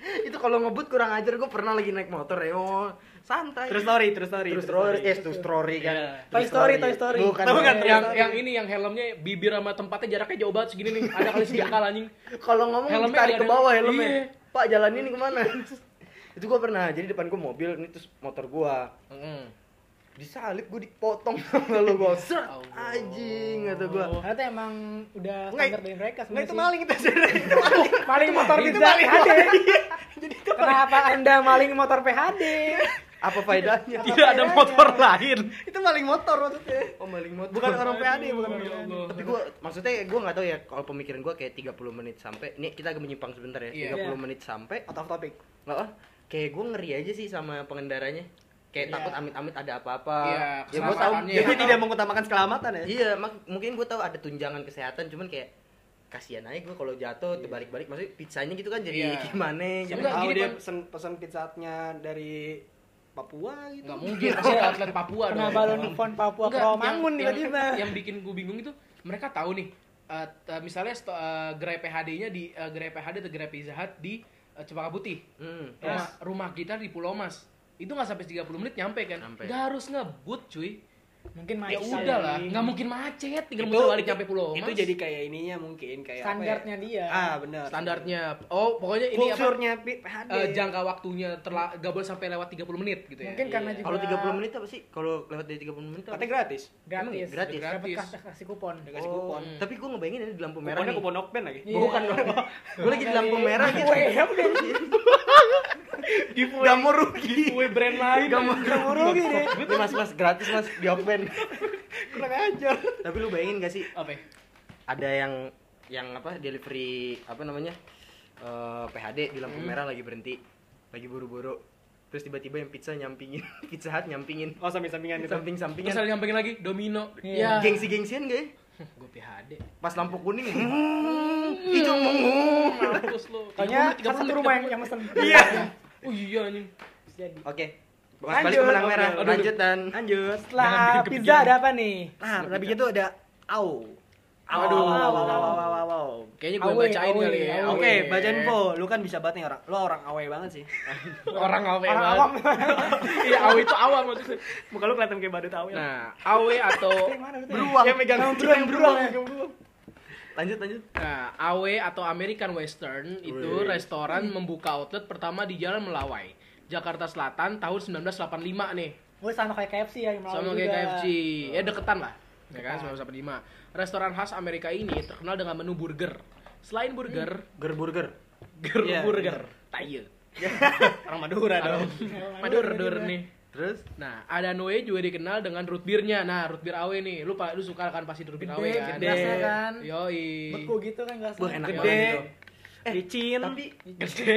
Itu kalau ngebut kurang ajar, gue pernah lagi naik motor ya, santai. Terus story. True story kan. Iya. Toy Story. Bukan. Tahu nggak, yang ini yang helmnya bibir sama tempatnya jaraknya jauh banget segini nih. Ada kali segakal anjing. Kalau ngomong Helmnya ditarik agak ke bawah ada- helmnya. Iya. Pak, jalan ini kemana? Itu gue pernah. Jadi depan gue mobil, ini terus motor gue disalip, gue dipotong sama lo gue. Allah. Anjing kata gue. Karena itu emang udah Nggak, standar dari mereka Nggak, itu sih. maling itu sih. Maling motor Itu Pizza maling. PHD. Jadi itu Kenapa Anda maling motor PHD? Apa faedahnya? Tidak ada motor lain. itu maling motor maksudnya. Oh, maling motor. Bukan orang PAD, bukan Aduh, orang ya PAD. Allah. Tapi gue maksudnya gue nggak tahu ya, kalau pemikiran gue kayak 30 menit sampai. Ini kita agak menyimpang sebentar ya. Iya. 30 menit sampai. Out of topic. Nggak, kayak gue ngeri aja sih sama pengendaranya. Kayak Iya. takut amit-amit ada apa-apa. Iya, Ya gue tahu. keselamatannya. Jadi tidak mengutamakan keselamatan ya. Iya, mungkin gue tahu ada tunjangan kesehatan, cuman kayak kasihan aja gue kalau jatuh terbalik-balik, maksudnya pizzanya gitu kan jadi Iya. gimana gitu. Enggak, Tahu gini, dia Pan. pesan pizza Hut-nya dari Papua gitu. Nggak mungkin pasti atlet Papua Kena dong. balon font Papua Enggak, Rawamangun yang- tiba-tiba. Yang bikin gue bingung itu mereka tahu nih misalnya gerai PHD-nya di gerai PHD atau gerai Pizza Hut di Cempaka Putih. Rumah kita di Pulau Mas. Itu nggak sampai 30 menit nyampe kan? Nyampe. Nggak harus ngebut cuy. Mungkin Ya macet. udah lah, nggak mungkin macet, tinggal Itu- muter balik nyampe Pulau Mas. Itu jadi kayak ininya mungkin kayak Standarnya apa dia. ya? Benar. standarnya. Oh, pokoknya ini apa? Kulturnya PHD. Jangka waktunya nggak boleh sampai lewat 30 menit gitu ya. Mungkin karena Iya. juga Kalau 30 menit apa sih? Kalau lewat dari 30 menit apa? Katanya gratis. gratis. Emang gratis? Dapat Gratis. kasih kupon. Kasih kupon. Tapi gue ngebayangin ada di lampu merah Kuponnya nih. kupon Okben lagi. Iya. Bukan dong. Gue lagi di lampu merah gitu. Gak mau rugi. Giveaway brand lain. Gak mau rugi deh. Ini mas gratis mas di Okben. Kurang ajar. Tapi lu bayangin gak sih Apa? Ya? ada yang apa delivery apa namanya PHD di lampu merah lagi berhenti, lagi buru-buru, terus tiba-tiba yang pizza nyampingin Pizza Hut nyampingin Oh, samping-sampingan itu. samping-sampingan. Terus ada nyampingin lagi Domino. Iya. Gengsi-gengsian gak ya? Gue PHD. Pas lampu kuning hijau Mampus lu. Soalnya 30 satu rumah yang mesen. Iya. Oh iya anjing. Jadi. Oke, Mas balik Lanjut. menang merah. Oke, Lanjut dan Lanjut. Setelah Jangan bikin pizza kepikiran. ada apa nih? Nah, tapi itu ada au. Aduh. Wow. Kayaknya gue Awe, bacain awe, kali ya. awe. Oke, bacain Po. Lu kan bisa banget nih orang. Lu orang awe banget sih. Orang awe Orang banget. awam. Iya, awe itu awam maksudnya. Muka lu kelihatan kayak badut awe. Nah, awe atau Mana itu? beruang. Yang megang beruang ya. Lanjut. nah, awe atau American Western itu restoran membuka outlet pertama di Jalan Melawai, Jakarta Selatan tahun 1985 nih. Gue sama kayak KFC ya, yang Melawi Sama juga. kayak KFC. Ya deketan lah. Ya kan, Dekat. 1985. Restoran khas Amerika ini terkenal dengan menu burger. Selain burger, Burger. Iya, burger. Tayo. orang Madura dong. Madur nih. Terus Nah, Adanwe juga dikenal dengan root beer-nya. Nah, root beer awe nih. Lu suka kan pasti root beer awe Gede, kan? gede. Gelasnya kan. Yoi. Beku gitu kan gelasnya. Wah, enak Gede. banget itu. Licin. Tapi Gede,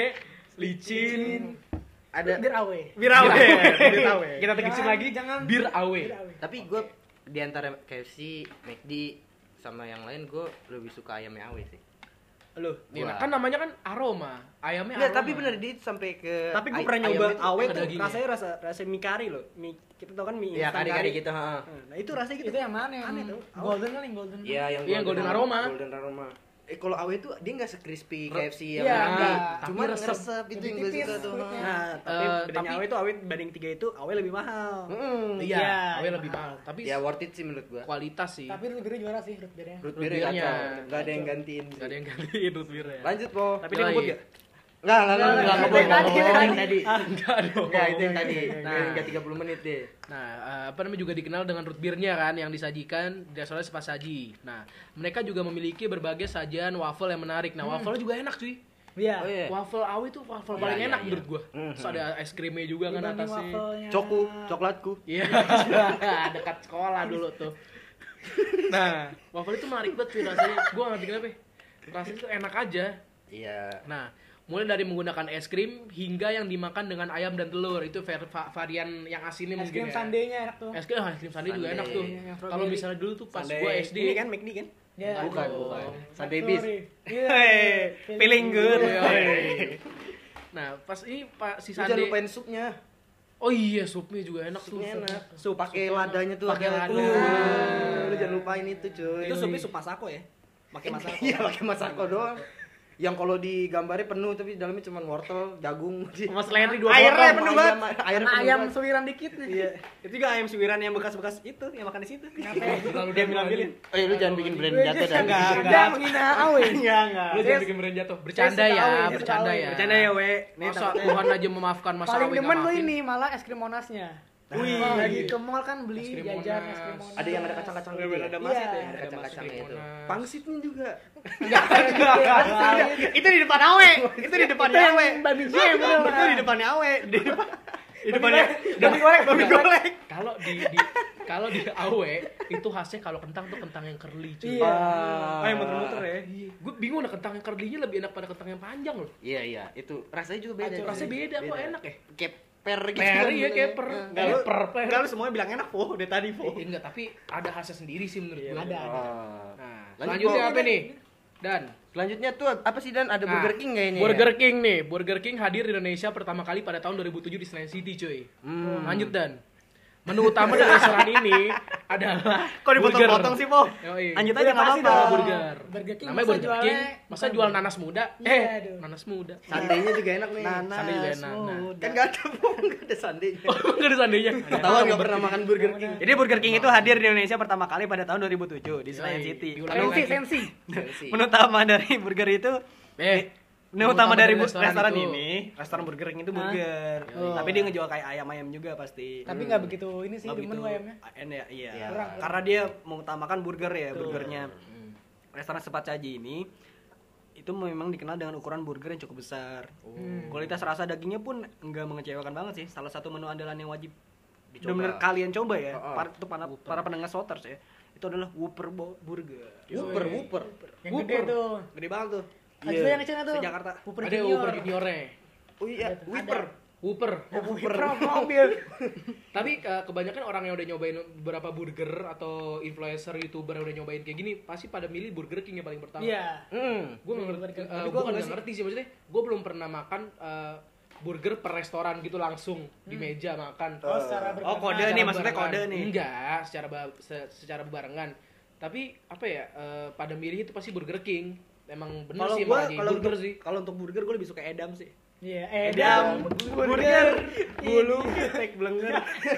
licin. ada Bir awe. Birawe. Birawe. Kita tegasin lagi. Jangan Bir awe. Bir awe. Tapi gue di antara KFC, McD sama yang lain gue lebih suka ayamnya awe sih. Lu. Nih, Wah. kan namanya kan aroma. Ayamnya Enggak, aroma. tapi bener dia sampai ke Tapi gue ay- pernah ayam nyoba itu awe ada tuh dagingnya. rasanya rasa mie kari loh. Mie, kita tau kan mie Iya, instan kari-kari gitu, heeh. Nah, itu rasanya gitu. Itu yang mana yang Aneh tuh. golden kali yang golden. Iya, Iya, golden aroma. Golden aroma. Kalau awe itu dia nggak se-crispy KFC Iya, yang enggak. McD. Cuma Tapi resep. resep itu Lebih yang gue tipis suka tuh. kulitnya. Nah, tapi bedanya tapi- awe itu awe banding 3 itu awe lebih mahal. Iya, Iya, awe iya, lebih mahal. mahal. Tapi Ya worth it sih menurut gue. kualitas sih. Tapi root beer juara sih root beernya. Root Root beer beer-nya. kacau. Nggak ada yang gantiin. Gak ada yang gantiin root beer-nya. Lanjut, Po. Tapi dia Yoi. ngebut gak? Enggak Nggak, ngebut, yang ngebut. tadi, Yang tadi. Enggak dong. Enggak, itu yang tadi. Nah. Enggak 30 menit deh. Nah, apa namanya juga dikenal dengan root beer-nya kan yang disajikan di restoran sepas saji. Nah, mereka juga memiliki berbagai sajian waffle yang menarik. Nah, waffle juga enak cuy. Iya. Oh iya. Waffle awe tuh waffle Iya, paling iya, enak iya. menurut gua. Terus ada es krimnya juga kan Dibanding atasnya. wafelnya. Coklatku. Iya, dekat sekolah dulu tuh. Nah, waffle itu menarik banget cuy rasanya. Gua ngerti kenapa. Rasanya tuh enak aja. Iya. Nah, mulai dari menggunakan es krim hingga yang dimakan dengan ayam dan telur. Itu varian yang asinnya Es mungkin krim ya. sundae-nya enak tuh. Es krim sundae juga Sundae. enak tuh. Yang Kalau strawberry. misalnya dulu tuh pas Sundae. gua SD Ini kan McD kan? Iya. Bukan, Aduh. bukan. Sundae bis. Iya. Hey, feeling good. Nah, pas ini Pak si Lu jangan Sande. lupain supnya. Oh iya, supnya juga enak tuh. Supnya enak. Sup. Pakai ladanya tuh. Pakai ada. lada. Lu jangan lupain itu, cuy. Itu supnya sup masako ya? Pakai masako. Iya, pakai masako doang. Yang kalau digambarnya penuh tapi dalamnya cuma wortel, jagung. Sama seledri 2 Airnya potong. penuh banget. Airnya Karena penuh ayam banget. suwiran dikit nih. Iya. Itu juga ayam suwiran yang bekas-bekas itu yang makan di situ. Lalu Dia bilang-bilin. Lu jangan bikin brand jatuh dah. Enggak. Anda menghina Awe. Enggak. Lu jangan bikin brand jatuh. Bercanda ya, bercanda ya. Bercanda ya, we. Nih Masa Tuhan aja memaafkan masa Paling Awe demen nggak gue maafin. ini malah es krim Monasnya. Wih. Wah, lagi ke mall kan beli Es krim jajan Monas. es krim Monas. Ada yang ada kacang-kacang gitu. Bener-bener ada Ya? mas Iya. itu ya. Ada Ada kacang-kacangnya itu. Monas. Pangsitnya juga. Itu di depan Awe. Itu di depannya Awe. Babi jam Itu di depannya Awe. Di depannya babi goreng. babi golek. Kalau di Awe itu khasnya kalau kentang tuh kentang yang curly cuy. Iya. Oh, yang muter-muter ya. Gue bingung nah kentang yang curly-nya lebih enak pada kentang yang panjang loh. Iya, itu rasanya juga beda. Rasanya beda kok enak ya. Keper gitu. Peri ya keper. Enggak lu, Per. enggak lu semuanya bilang enak, Po. Dari tadi, Po. Enggak, tapi ada khasnya sendiri sih menurut gue. Ada. Oh. Nah, Lanjut, selanjutnya Po. apa nih? Dan Selanjutnya tuh apa sih Dan? Ada Burger King kayaknya. Burger King nih. Burger King hadir di Indonesia pertama kali pada tahun 2007 di Senayan City, cuy. Lanjut Dan. Menu utama dari restoran ini adalah Kok dipotong-potong sih, Po? Yoi. Lanjut aja enggak apa-apa. Burger. Burger King Namanya masa Burger jualnya King. Masa jual nanas muda? Iya, aduh. Nanas muda. Sandenya juga enak nih. Sande juga enak. Nah. Kan enggak ada, Po. Enggak ada sandenya. Oh, enggak ada seandainya. Ketahuan enggak pernah makan Burger King. Jadi Burger King itu hadir di Indonesia pertama kali pada tahun 2007 di Senayan Yoi. City. Diulang Lalu lagi. Sensi. menu utama dari burger itu menu utama dari restoran itu. ini, restoran Burger King itu burger. Tapi dia ngejual kayak ayam-ayam juga pasti. Tapi nggak begitu ini sih Nggak demen begitu gue ayamnya. iya. Iya. Kurang. Karena dia mengutamakan burger ya, burgernya. Restoran Cepat Saji ini itu memang dikenal dengan ukuran burger yang cukup besar. Kualitas rasa dagingnya pun enggak mengecewakan banget sih. Salah satu menu andalan yang wajib Dicoba. benar-benar kalian coba ya. Oh, oh. Para pendengar Sloters ya. Itu adalah Whopper Burger. Whopper. Yang gede tuh. Gede banget tuh. Ada juga yang kecilnya tuh. Se-Jakarta. Whopper Ada Junior. Whopper Juniornya. Oh iya, Whopper. Whopper. Whopper mobil. Tapi kebanyakan orang yang udah nyobain beberapa burger atau influencer, YouTuber yang udah nyobain kayak gini pasti pada milih Burger King yang paling pertama. Iya. Gue nggak ngerti. Tapi Gue gua bukan nggak nggak ngerti sih maksudnya. Gue belum pernah makan burger per restoran gitu langsung di meja makan. Oh, secara Oh, berbarengan. kode Secara nih, maksudnya barengan. kode nih. Enggak, secara bebarengan. Tapi apa ya? Pada milih itu pasti Burger King. Emang bener Kalau sih gua emang lagi kalau burger untuk sih. kalau untuk burger gue lebih suka Edam sih. Iya, Edam burger bulu ketek blenger.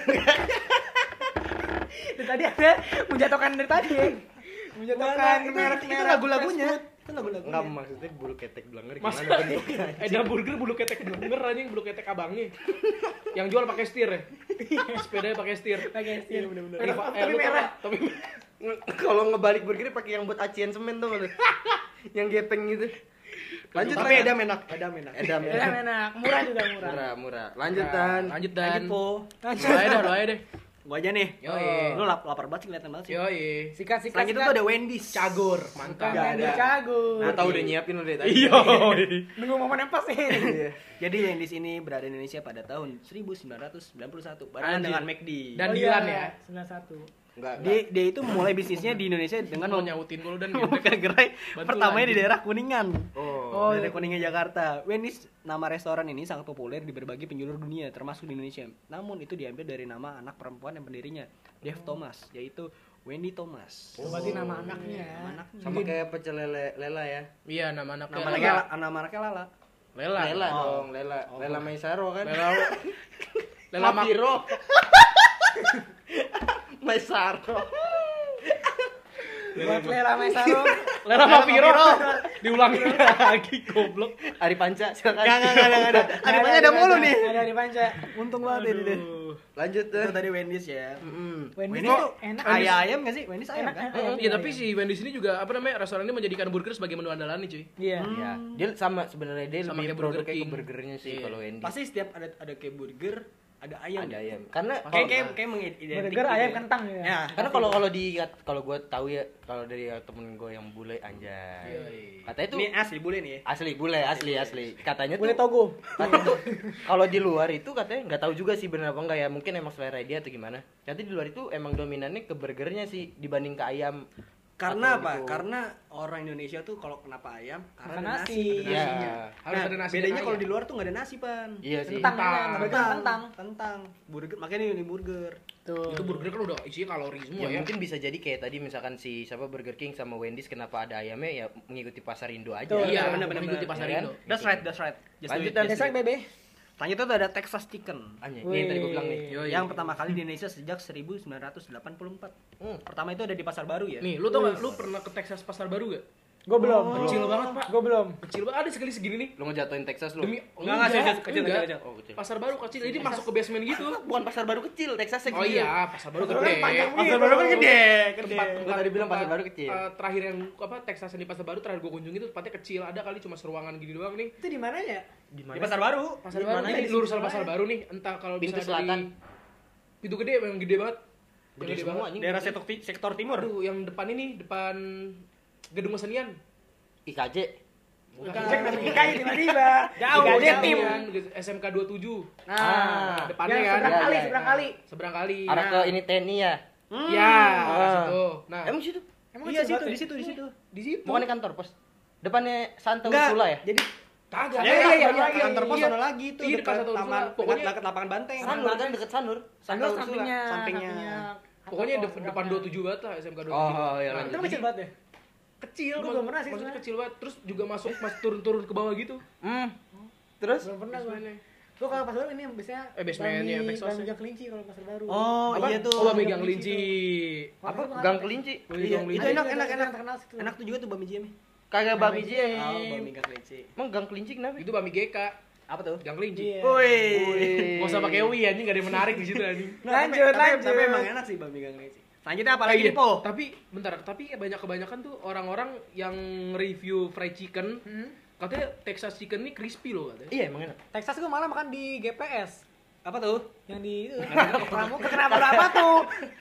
Dari tadi ada menjatuhkan dari tadi. Menjatuhkan Itu merek-merek lagu-lagunya. fast food. Itu lagu-lagunya. Enggak maksudnya bulu ketek blenger Masa gimana bentuknya? ada burger bulu ketek bener anjing, bulu ketek abangnya. Yang jual pakai setir ya. Sepedanya pakai setir. Pakai stir. Tapi Tapi merah. Tapi Kalau ngebalik burger pakai yang buat acian semen tuh lu. Yang gepeng gitu. Lanjut Tapi Tan. Edam enak, Edam enak. Edam ya. Enak, murah juga murah. Murah. Lanjut Tan. lanjut Lanjut, dan. Po. Doain deh. Gua aja nih. Yoi. Lu lapar banget sih, kelihatan banget sih. Yoi. Sikat-sikat. Selain itu tuh ada Wendy's. Cagor, mantap. Nggak ada. Cagur. Gua tahu udah nyiapin lu dari tadi. Iya. Nunggu momen yang pas nih. Iya. Jadi Wendy's ini berada di Indonesia pada tahun 1991 barengan Anjir. dengan McD. Dan Oh Dilan iya, ya. 91. Enggak. Dia itu mulai bisnisnya di Indonesia dengan Mau nyautin dulu dan membuka gerai Bantu pertamanya di lanjut. daerah Kuningan. Oh. Daerah Kuningan Jakarta. Wendy's nama restoran ini sangat populer di berbagai penjuru dunia termasuk di Indonesia. Namun itu diambil dari nama anak perempuan yang pendirinya, Dave Thomas, yaitu Wendy Thomas. Berarti nama anaknya. Sama kayak pecel lele Lela ya. Iya, nama anaknya. Nama anaknya Lala. Lela. Lela Oh. dong, Lela. Lela Maisaro kan. Lela. Lela Mapiro. Maisaro. Buat Lela Maisaro. Lela Mapiro. Diulangi lagi goblok. Ari Panca silakan. Enggak ada. Animanya ada mulu nih. Ada di panca. Untung banget ini deh. Lanjut tuh. Itu tadi Wendy's ya. Wendy's Wendy's tuh enak. ayam nggak sih? Wendy's ayam kan? Iya, tapi si Wendy's ini juga apa namanya? Restoran ini menjadikan burger sebagai menu andalan nih, cuy. Iya. Iya. Dia sama sebenarnya dia Sama lebih kayak Burger produknya ke King. burgernya sih Iya. kalau Wendy. Pasti setiap ada kayak burger, ada ayam. Ada ayam. Karena Kayak mengidentikan. Burger ayam kentang ya. Ya. karena kalau gue tahu ya kalau dari temen gue yang bule anjay. Yoi. Katanya tuh Ini asli bule nih ya. asli bule asli. Katanya Boleh tuh Togo. katanya tuh kalau di luar itu katanya nggak tahu juga sih benar apa enggak ya, mungkin emang selera dia atau gimana. Tapi di luar itu emang dominannya ke burgernya sih dibanding ke ayam. Karena Atau apa? gitu. Karena orang Indonesia tuh kalau kenapa ayam karena Makan ada nasi. nasi. Ada Iya. nasinya. Harus Nah, ada nasi. bedanya kalau di luar tuh nggak ada nasi, Pan. Iya sih. Kentang Kentang. kan, burger kentang. Burger, makanya ini burger. Tuh. Itu burger kan udah isinya kalori semua Ya ya. mungkin bisa jadi kayak tadi misalkan si siapa Burger King sama Wendy's kenapa ada ayamnya ya mengikuti pasar Indo aja. Tuh. Iya, benar-benar. mengikuti pasar Ya kan? Indo. That's right. Just Lanjut, do it, just Desek do it. bebe. Selanjutnya tuh ada Texas Chicken. Anjay, ini yang tadi gue bilang nih. Yoi. Yang pertama kali di Indonesia sejak 1984. Pertama itu ada di Pasar Baru ya. Nih, lu tau gak, lu pernah ke Texas Pasar Baru gak? Gue belum. Kecil banget, Pak. Gue belum. Kecil banget, ada sekali segini nih. Lu ngejatuhin Texas lu. Demi Enggak, kecil. Oh, kecil. Pasar Baru kecil, jadi masuk ke basement gitu. Bukan pasar baru kecil, Texas Oh iya, Pasar Baru gede. Pasar Baru kan gede. Gua tadi bilang Pasar Baru kecil. Terakhir yang apa Texas yang di Pasar Baru terakhir gue kunjungi itu tempatnya kecil, ada kali cuma seruangan gini doang nih. Itu di mana ya? Di Di Pasar Baru. Pasar Di Baru mana jadi ya? lurusan Pasar Baru nih, entah kalau Pintu bisa selatan. Pintu gede yang gede banget. Yang Gede gede semua banget. anjing. Daerah sektor timur. Aduh, yang depan ini, depan gedung kesenian. IKJ. Bukan. Kayak tiba-tiba. Jauh, Gajet jauh. tim. SMK 27. Nah, depannya yang kan. seberang Iya, kali, iya. seberang kali. Seberang kali. Arah ke ini TNI ya. Ya, Ah. situ. Nah, Emang situ? Emang Iya kecil situ, banget di ya? situ, di situ. di situ. Bukan di kantor pos. Depannya Santa Enggak, Ursula ya? Jadi Kagak. iya, iya, kantor pos iya. ada lagi tuh Iya, dekat dekat Santa Ursula. taman, Pokoknya- dekat lapangan banteng. Sanur kan deket Sanur. Sandal Ursula. sampingnya. Sampingnya. Pokoknya depan 27 banget lah SMK 27. Oh, iya, Nah, lanjut. Itu kecil banget ya? kecil, Gua belum pernah sih maksudnya sebenarnya. kecil banget. Terus juga masuk turun-turun ke bawah gitu. Terus? Belum pernah gue. Basementnya. Gue kalau pasar baru ini biasanya basementnya, Bami- Texas Bami ya. Gang Kelinci kalau pasar baru. Oh, Apa? iya tuh. Oh, Bami Gang Kelinci. Apa? Kalau Gang itu Kelinci. Iya, Gang itu Kelinci. enak, Ada enak, yang enak. terkenal situ. Enak tuh juga tuh Bami Jimmy. Kagak Babi Bami Jim. Oh, Bami Gang Kelinci. Emang Gang Kelinci kenapa? Itu Bami GK. Apa tuh? Gang Kelinci. Iya. Woi. Gak usah pakai wi anjing, gak ada yang menarik di situ anjing. Lanjut. Tapi emang enak sih Bami Gang Kelinci. Selanjutnya apa lagi Iya, nih, Po? Tapi bentar, tapi kebanyakan tuh orang-orang yang review fried chicken katanya Texas chicken ini crispy loh katanya. Iya, emang enak. Texas gue malah makan di GPS. Apa tuh? Yang di itu. Pramuka kenapa berapa tuh?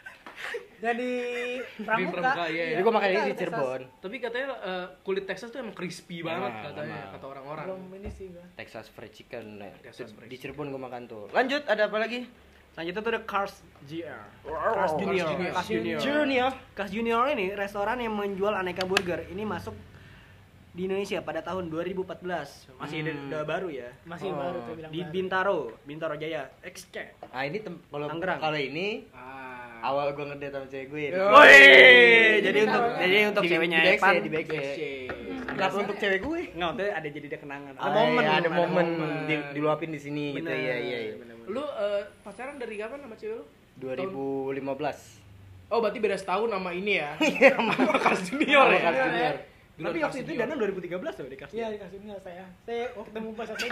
Yang di Pramuka, Pramuka. iya. Jadi gua makan ini di Texas. Cirebon. Tapi katanya kulit Texas tuh emang crispy banget Emang, katanya emang. kata orang-orang. Belum ini sih gue. Texas Fried Chicken. Nah, Texas itu Fried di Cirebon gua makan tuh. Lanjut, ada apa lagi? Selanjutnya tuh ada Cars GR. Cars Junior. Junior. Cars Junior. Junior. Cars Junior ini restoran yang menjual aneka burger. Ini masuk di Indonesia pada tahun 2014. Masih udah baru ya. Masih Oh. baru tuh bilang Di baru. Bintaro Jaya. XC. Ah, ini kalau Tangerang. kalau ini Ah. awal gua ngedate sama cewek gue. Woi, jadi Bintaro. untuk Di- ceweknya di backstage, Evan. di backstage. Backstage. Kenapa untuk cewek gue? Enggak, itu ada jadi dia kenangan. Ah, iya, ada momen momen. diluapin di sini gitu. Bener, Iya, iya, iya. bener-bener. Lu pacaran dari kapan sama cewek lu? 2015. Oh, berarti beda setahun sama ini ya. Iya, Sama Cars Junior ya. Cars Junior. Dulu Tapi ada waktu Cars itu Junior. Dana 2013 loh di Cars. Iya, dikasih enggak saya. Saya ketemu pas saya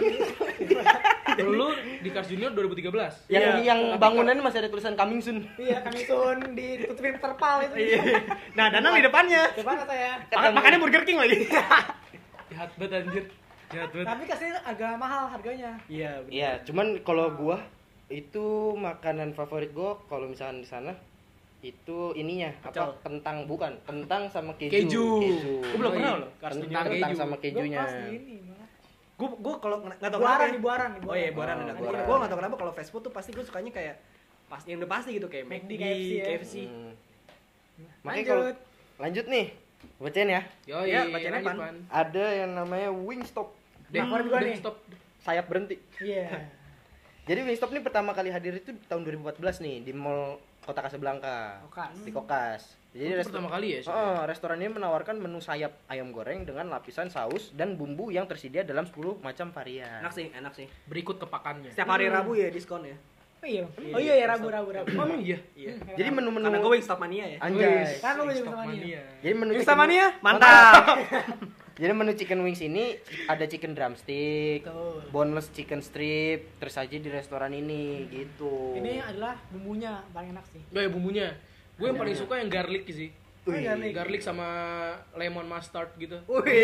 Lu di Cars Junior 2013. Yang Iya, yang bangunannya masih ada tulisan coming soon. Iya, kami sun ditutupin terpal itu. Iya. Nah, Dana di depannya. Depan saya. Makannya Burger King lagi. Jahat banget anjir. Jahat banget. Tapi kasihnya agak mahal harganya. Iya, bener. Iya, cuman kalau gua itu makanan favorit gua kalau misalkan di sana itu ininya Pecel. apa kentang bukan kentang sama keju. Keju. Gua belum pernah Oh, loh. Cars Kentang Junior. Kentang keju. sama kejunya. Gua pas di ini malah. Gue kalau nggak tahu Buaran kenapa. di buaran. Oh iya, buaran Oh, ada. buaran. Gue nggak tahu kenapa kalau fast food tuh pasti gue sukanya kayak pasti yang udah pasti gitu kayak McD, McD, KFC ya. KFC. Makanya kalau Lanjut. lanjut nih, bacain ya. Yoi, Iya, bacain lanjut, apaan? Pan. Ada yang namanya Wingstop. Favorit gua nih. Stop. Sayap berhenti. Iya. Jadi Wingstop ini pertama kali hadir itu tahun 2014 nih di Mall Kota Kasablanka. Kokas. Di Kokas. Jadi Itu pertama kali ya? Sih? restoran ini menawarkan menu sayap ayam goreng dengan lapisan saus dan bumbu yang tersedia dalam 10 macam varian. Enak sih. Berikut kepakannya. Setiap hari Rabu ya diskon ya. Oh iya. Iya, Oh iya ya Rabu. Emang iya. Iya. Jadi menu-menu Karena gue Wingstop mania ya. anjay. Kan lu juga Stop sama dia. mania. Jadi menu Wingstop mania? Mantap. Jadi menu chicken wings ini ada chicken drumstick, Betul. boneless chicken strip tersaji di restoran ini gitu. Ini adalah bumbunya paling enak sih. Ya bumbunya. Gue yang paling suka yang garlic sih. Wih. Garlic sama lemon mustard gitu.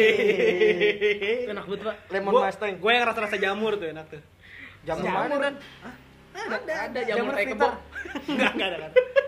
Wih. Itu enak banget, Pak. lemon mustang. Gue yang rasa-rasa jamur tuh enak tuh. Jamur Jamur. mana dan? Ada jamur tai fritter. kebo. Enggak ada.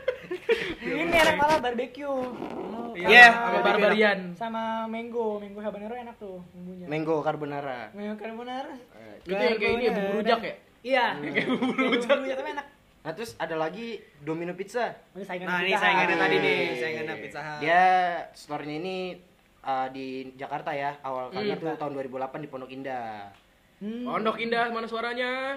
Ini enak malah barbecue. Iya, Sama barbarian. Sama mango habanero enak tuh bumbunya. Mango carbonara. Mango carbonara. Itu yang kayak ini ya, bumbu rujak ya? Iya. Kayak bumbu rujak tapi enak. Nah, terus ada lagi Domino Pizza. Ini saingan Nah, ini kita. saingannya tadi nih, Iya. saingannya Pizza Hut. Dia store-nya ini di Jakarta ya. Awal kali itu tahun 2008 di Pondok Indah. Pondok Indah mana suaranya?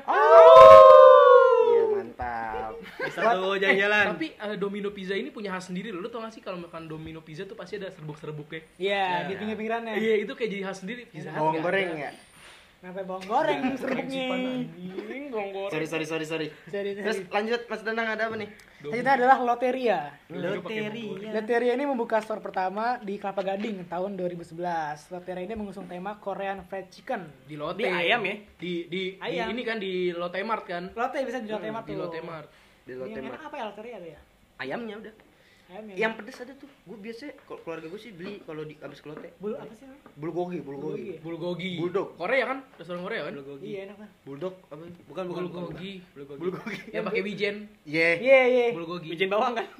Iya, mantap. Bisa tuh jalan-jalan. Tapi Domino Pizza ini punya khas sendiri loh. Lu tau gak sih kalau makan Domino Pizza tuh pasti ada serbuk-serbuknya? Iya, di pinggir-pinggirannya. Iya, itu kayak jadi khas sendiri. Pizza Hut Bawang nggak goreng ada. ya. Kenapa bawang goreng serbuknya? Bawang goreng. Sorry. Jadi Terus lanjut Mas Danang ada apa nih? selanjutnya adalah Loteria. Loteria. Loteria ini membuka store pertama di Kelapa Gading tahun 2011. Loteria ini mengusung tema Korean Fried Chicken. Di Lotte. Di ayam ya? Di Ayam. ini kan di Lotte Mart kan? Lotte bisa di Lotte Mart Di tuh. Lotte Mart. Di Yang Lotte enak Mart. apa ya Loteria tuh ya? Ayamnya udah. Ayam Yang pedes ada tuh. Gue biasa keluarga gue sih beli kalau di abis ke Lotte. bulu apa sih namanya? Bulgogi. Bulgogi. Bulldog. Korea kan? Restoran Korea kan? Bulgogi. Iya enak kan. Bulldog apa? Bukan, Bulgogi. Bulgogi. Yang pakai wijen. Iya. Iya. Bulgogi. Bikin bawang kan?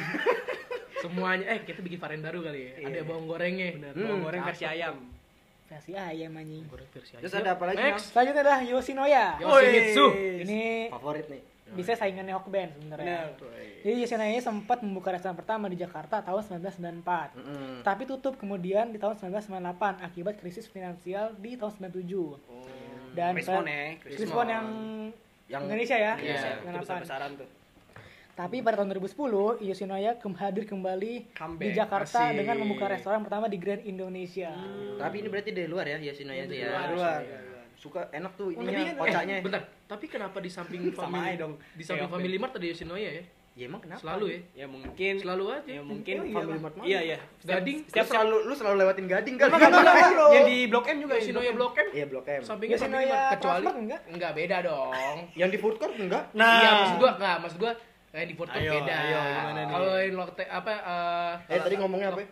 Semuanya kita bikin varian baru kali ya. Ada bawang gorengnya. Benar, bawang goreng versi ayam. Versi ayam anjing. Goreng versi Terus ayam. ada apa lagi? Next. Selanjutnya adalah Yoshinoya. Yoshimitsu. Ini Favorit nih. bisa saingannya Hokben sebenarnya. Benar. Jadi Yoshinoya ini sempat membuka restoran pertama di Jakarta tahun 1994. Tapi tutup kemudian di tahun 1998 akibat krisis finansial di tahun 97. Dan Respon ya, Crispon yang Indonesia ya. Iya, itu 98. besar-besaran tuh. Tapi pada tahun 2010 Yoshinoya hadir kembali Comeback. di Jakarta Asik. dengan membuka restoran pertama di Grand Indonesia. Tapi ini berarti dari luar ya Yoshinoya itu ya. Luar. Suka enak tuh tapi ininya kan- kocaknya. Bentar, tapi kenapa di samping Sama Family aja dong. Di samping Kayak Family Mart ada Yoshinoya ya? Ya emang kenapa? Selalu ya? Ya mungkin. Selalu aja. Ya mungkin. Oh, iya, Family Bang. Mart mana? Iya, iya. Gading. Lu selalu lewatin Gading kan? Yang di Blok M juga. Yoshinoya Blok M. Iya, Blok M. Sampingnya Family Yoshinoya Mart kecuali Transmart enggak? beda dong. Yang di food court enggak? Nah. Iya, maksud gua di food court Ayo, beda. ayo, gimana nih? Kalau yang Lotte Tadi ngomongnya apa?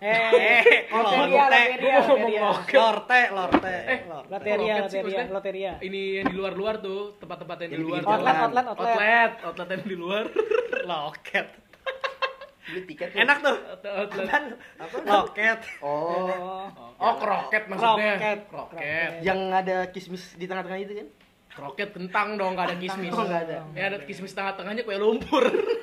Loteria. Lorte. Loteria, Roket sih maksudnya. Loteria. ini yang di luar-luar tuh, tempat-tempat yang di Yang di luar. pinggir tuh. jalan. Outlet yang di luar. Loket. Beli tiket. Enak tuh. Outlet. Loket. Oh, Oh, kroket maksudnya. Kroket. Kroket. yang ada kismis di tengah-tengah itu kan? Kroket kentang dong, nggak ada kismis. Oh, nggak ada. Ya ada kismis tengah-tengahnya kue lumpur.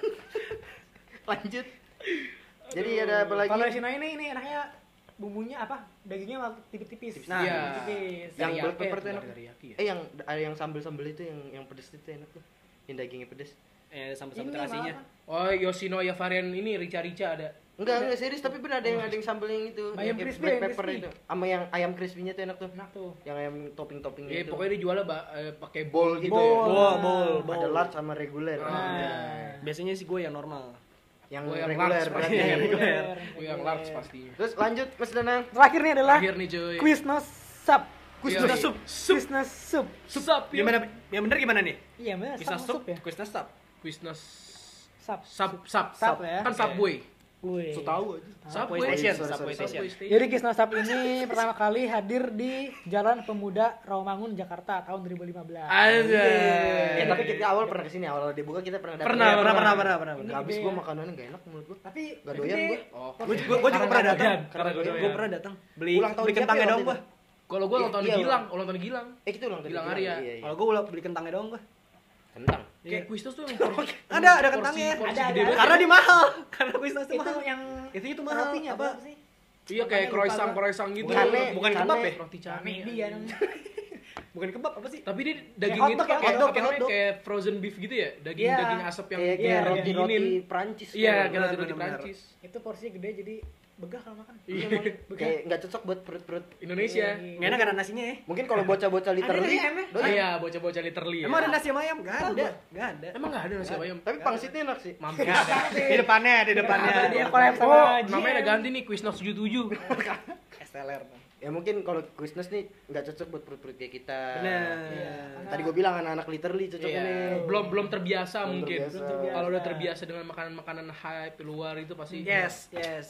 Lanjut. Jadi ada apa lagi? Kalau Yoshinoya ini enaknya bumbunya apa? Dagingnya tipis-tipis. Nah, Iya. tipis. Yang Teriyaki, black pepper tuh enak. teriyaki ya? Yang ada yang sambel-sambel itu yang pedes itu enak tuh. Yang dagingnya pedes. Sama-sama Ini terasinya. malah. Oh, Yoshinoya varian ini rica-rica ada. Enggak serius tapi benar ada yang sambel yang itu. Ayam yang crispy, black ayam pepper crispy. itu. Sama yang ayam crispy-nya tuh enak tuh. Enak tuh. Yang ayam topping-toppingnya Ya, itu. pokoknya dijualnya pakai bowl gitu Bowl. ya. Bowl. Ada large sama reguler. Nah. Biasanya sih gue yang normal. Yang Oh, yang reguler large berarti. pasti. Yang reguler. Oh, yang large pastinya. Terus lanjut Mas Danang. Terakhir nih adalah Akhir nih cuy. Quizno Sup. Iya. Sup. Quizno Sup. Sup. Gimana? Yang bener gimana nih? Iya, benar. Quiznos Sup sup. ya. Quiznos sup. Quiznos Sup. Sub ya. kan Subway. Wih. So tahu aja. Subway Station, Sorry. Subway Station. Jadi Quizno Sup ini pertama kali hadir di Jalan Pemuda Rawamangun, Jakarta tahun 2015. Aja. Tapi kita awal pernah kesini, awal dibuka kita pernah datang. Pernah. Pernah. Nggak habis gua makanannya nggak enak menurut gua. Tapi Nggak doyan gua. Oh. Gue juga pernah datang. Karena gua doyan. Gue pernah datang. Beli Ulang tahun beli siapa kentangnya ya dong waktu gue. itu? Kalau gua ulang tahun Iya, Gilang, ulang tahun Gilang. Itu ulang Gilang tadi. Arya. Iya. Kalau gue beli kentangnya dong gue. Kentang. Kayak Quiznos tuh yang porsi Ada kentangnya. porsi Ada, gede ada. banget. Karena di mahal. Karena Quiznos itu itu mahal. yang Itu mahal. rotinya Apa? sih? Iya kayak croissant gitu. Bukan kebab ya? Roti canai. Dia namanya. Bukan kebab apa sih? Tapi dia daging hotdog itu ya, kayak hotdog, apa namanya, hotdog. kayak frozen beef gitu ya? Daging Iya. daging asap yang Kayak Iya, roti dinginin. Prancis. Iya, kan? kayak roti benar, benar. Prancis. Itu porsinya gede jadi begah kalau makan. Iya. Kayak nggak cocok buat perut-perut. Indonesia. Nggak enak ada nasinya ya? Mungkin kalau bocah-bocah literally Ada, ada. doyan. Iya, bocah-bocah literally ya. Emang ada nasi sama ayam? Nggak ada. Nggak ada. Emang nggak ada nasi ayam? Tapi pangsitnya enak sih. Mampir. Nggak ada. Di depannya. Apa dia collab sama Oh, GM? namanya udah ganti nih Quiznos 77. STLR. Ya mungkin kalau Quiznos nih nggak cocok buat perut-perut kayak kita. Benar. Tadi gue bilang anak-anak literally cocoknya Iya. nih. Belum terbiasa Belum mungkin. terbiasa. Kalau udah terbiasa dengan makanan-makanan hype luar itu pasti Yes.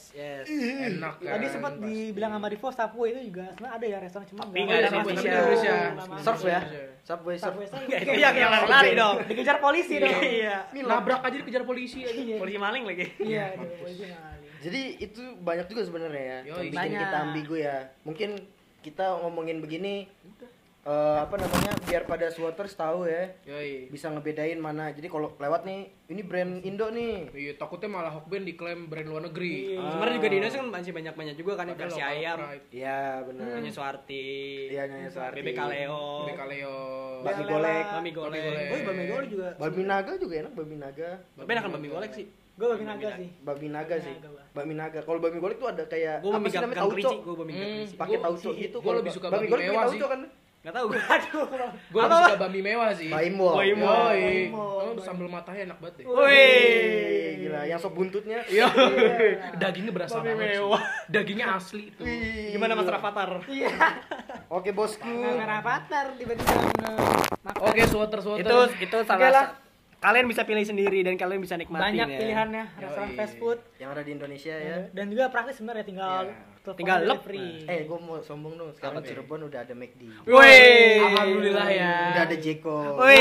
enak kan. Tadi sempat dibilang sama Divo Subway itu juga sebenarnya ada ya restoran cuma Tapi Oh, nggak iya, ada Subway, Indonesia. tapi Indonesia. Surf ya. Indonesia. Subway surf. Subway saya Itu yang lari dong. dikejar polisi dong. Iya. Nabrak aja dikejar polisi aja. Polisi maling lagi. Iya, aduh, polisi maling. Jadi itu banyak juga sebenarnya ya Yoi. yang bikin Banyak. kita ambigu ya. Mungkin kita ngomongin begini apa namanya biar pada supporters tahu ya, Yoi. bisa ngebedain mana. Jadi kalau lewat nih, ini brand Indo nih. Iya, takutnya malah Hokben diklaim brand luar negeri. Sebenarnya juga di Indonesia kan masih banyak juga kan yang Padahal versi local ayam, pride. Iya benar. Nyonya Suarti, Iya Nyonya Suarti. Bebek Kaleo, Bebek Kaleo. Bakmi golek. Bami golek. golek. Oh, Bami golek juga. Bakmi naga juga enak, bakmi naga. Tapi enakan Bami golek sih. Gue Bami Naga sih. Bakmi naga sih. Naga, Bang. Bakmi naga. Kalau bakmi golek tuh ada kayak Gue Bami apa sih namanya gang kerici, tauco. gue Bami gang kerici. Pakai Gua- tauco gitu. gua lebih suka bakmi golek pakai mewah sih. tauco kan. Enggak tahu gue. Gue lebih suka bami mewah sih. Baimo. Baimo. Yoi. Baimo. Oh, sambal matanya enak banget deh. Wih, gila. Yang sop buntutnya. Iya. Dagingnya berasa Bami banget. mewah. Sih. Dagingnya asli itu. Wih, Gimana Mas gila. Rafathar? Iya. Oke bosku. Nggak Rafathar tiba-tiba makan. Oke, sweater. Itu Oke salah lah. kalian bisa pilih sendiri dan kalian bisa nikmatin Banyak ya. pilihannya restoran Yoi. fast food Yang ada di Indonesia ya. dan juga praktis sebenarnya tinggal Iya. telepon Tinggal lep. delivery. Gue mau sombong dong. Sekarang Apa tuh? Cirebon udah ada McD. Woi. Alhamdulillah ya. Udah ada Jeko. Woi.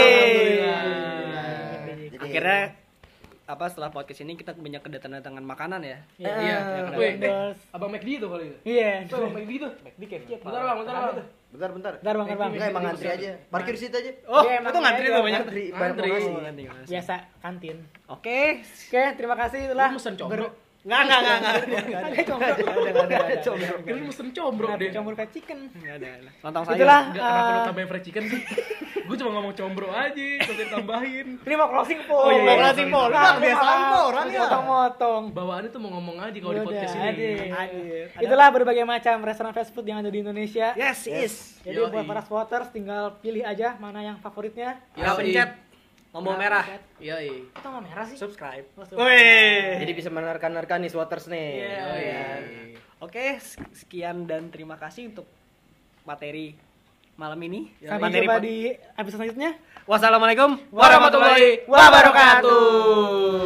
Jadi- Akhirnya apa setelah podcast ini kita banyak kedatangan makanan ya. Iya. Yang Wih, endorse. Abang McD itu kali itu. Iya. Itu Abang McD itu. Di KFC. Bentar bang. Bentar. Bentar bang. Enggak emang ngantri aja. Parkir situ aja. Oh, Iya, emang itu ngantri aja. tuh banyak. Ngantri. Ngantri. Banyak Oh, makasih. ngantri, makasih. Biasa kantin. Oke. Oke, terima kasih itulah. Lu mesen combro. Enggak. Ada combro. Kira lu mesen combro deh. Combro fried chicken. Enggak ada. Lontong sayur. Itulah. Enggak, kenapa lu tambahin fried chicken sih? Gue cuma ngomong combro aja, terus tambahin. Ini mau closing po. Oh, iya, Mau closing po. Lu kan kebiasaan po orang ya. Motong-motong. Bawaannya tuh mau ngomong aja kalau di Udah, podcast ini. Hadir. Itulah berbagai macam restoran fast food yang ada di Indonesia. Yes, is. Jadi Yoi. buat para supporters tinggal pilih aja mana yang favoritnya. Ya pencet tombol merah. Iya, iya. Atau nggak merah sih? Subscribe. Oh, Wih. Jadi bisa menerka-nerka nih sweaters nih. Iya. Iya. Oke, sekian dan terima kasih untuk materi malam ini. Sampai Materi jumpa di episode selanjutnya. Wassalamualaikum Warahmatullahi wabarakatuh.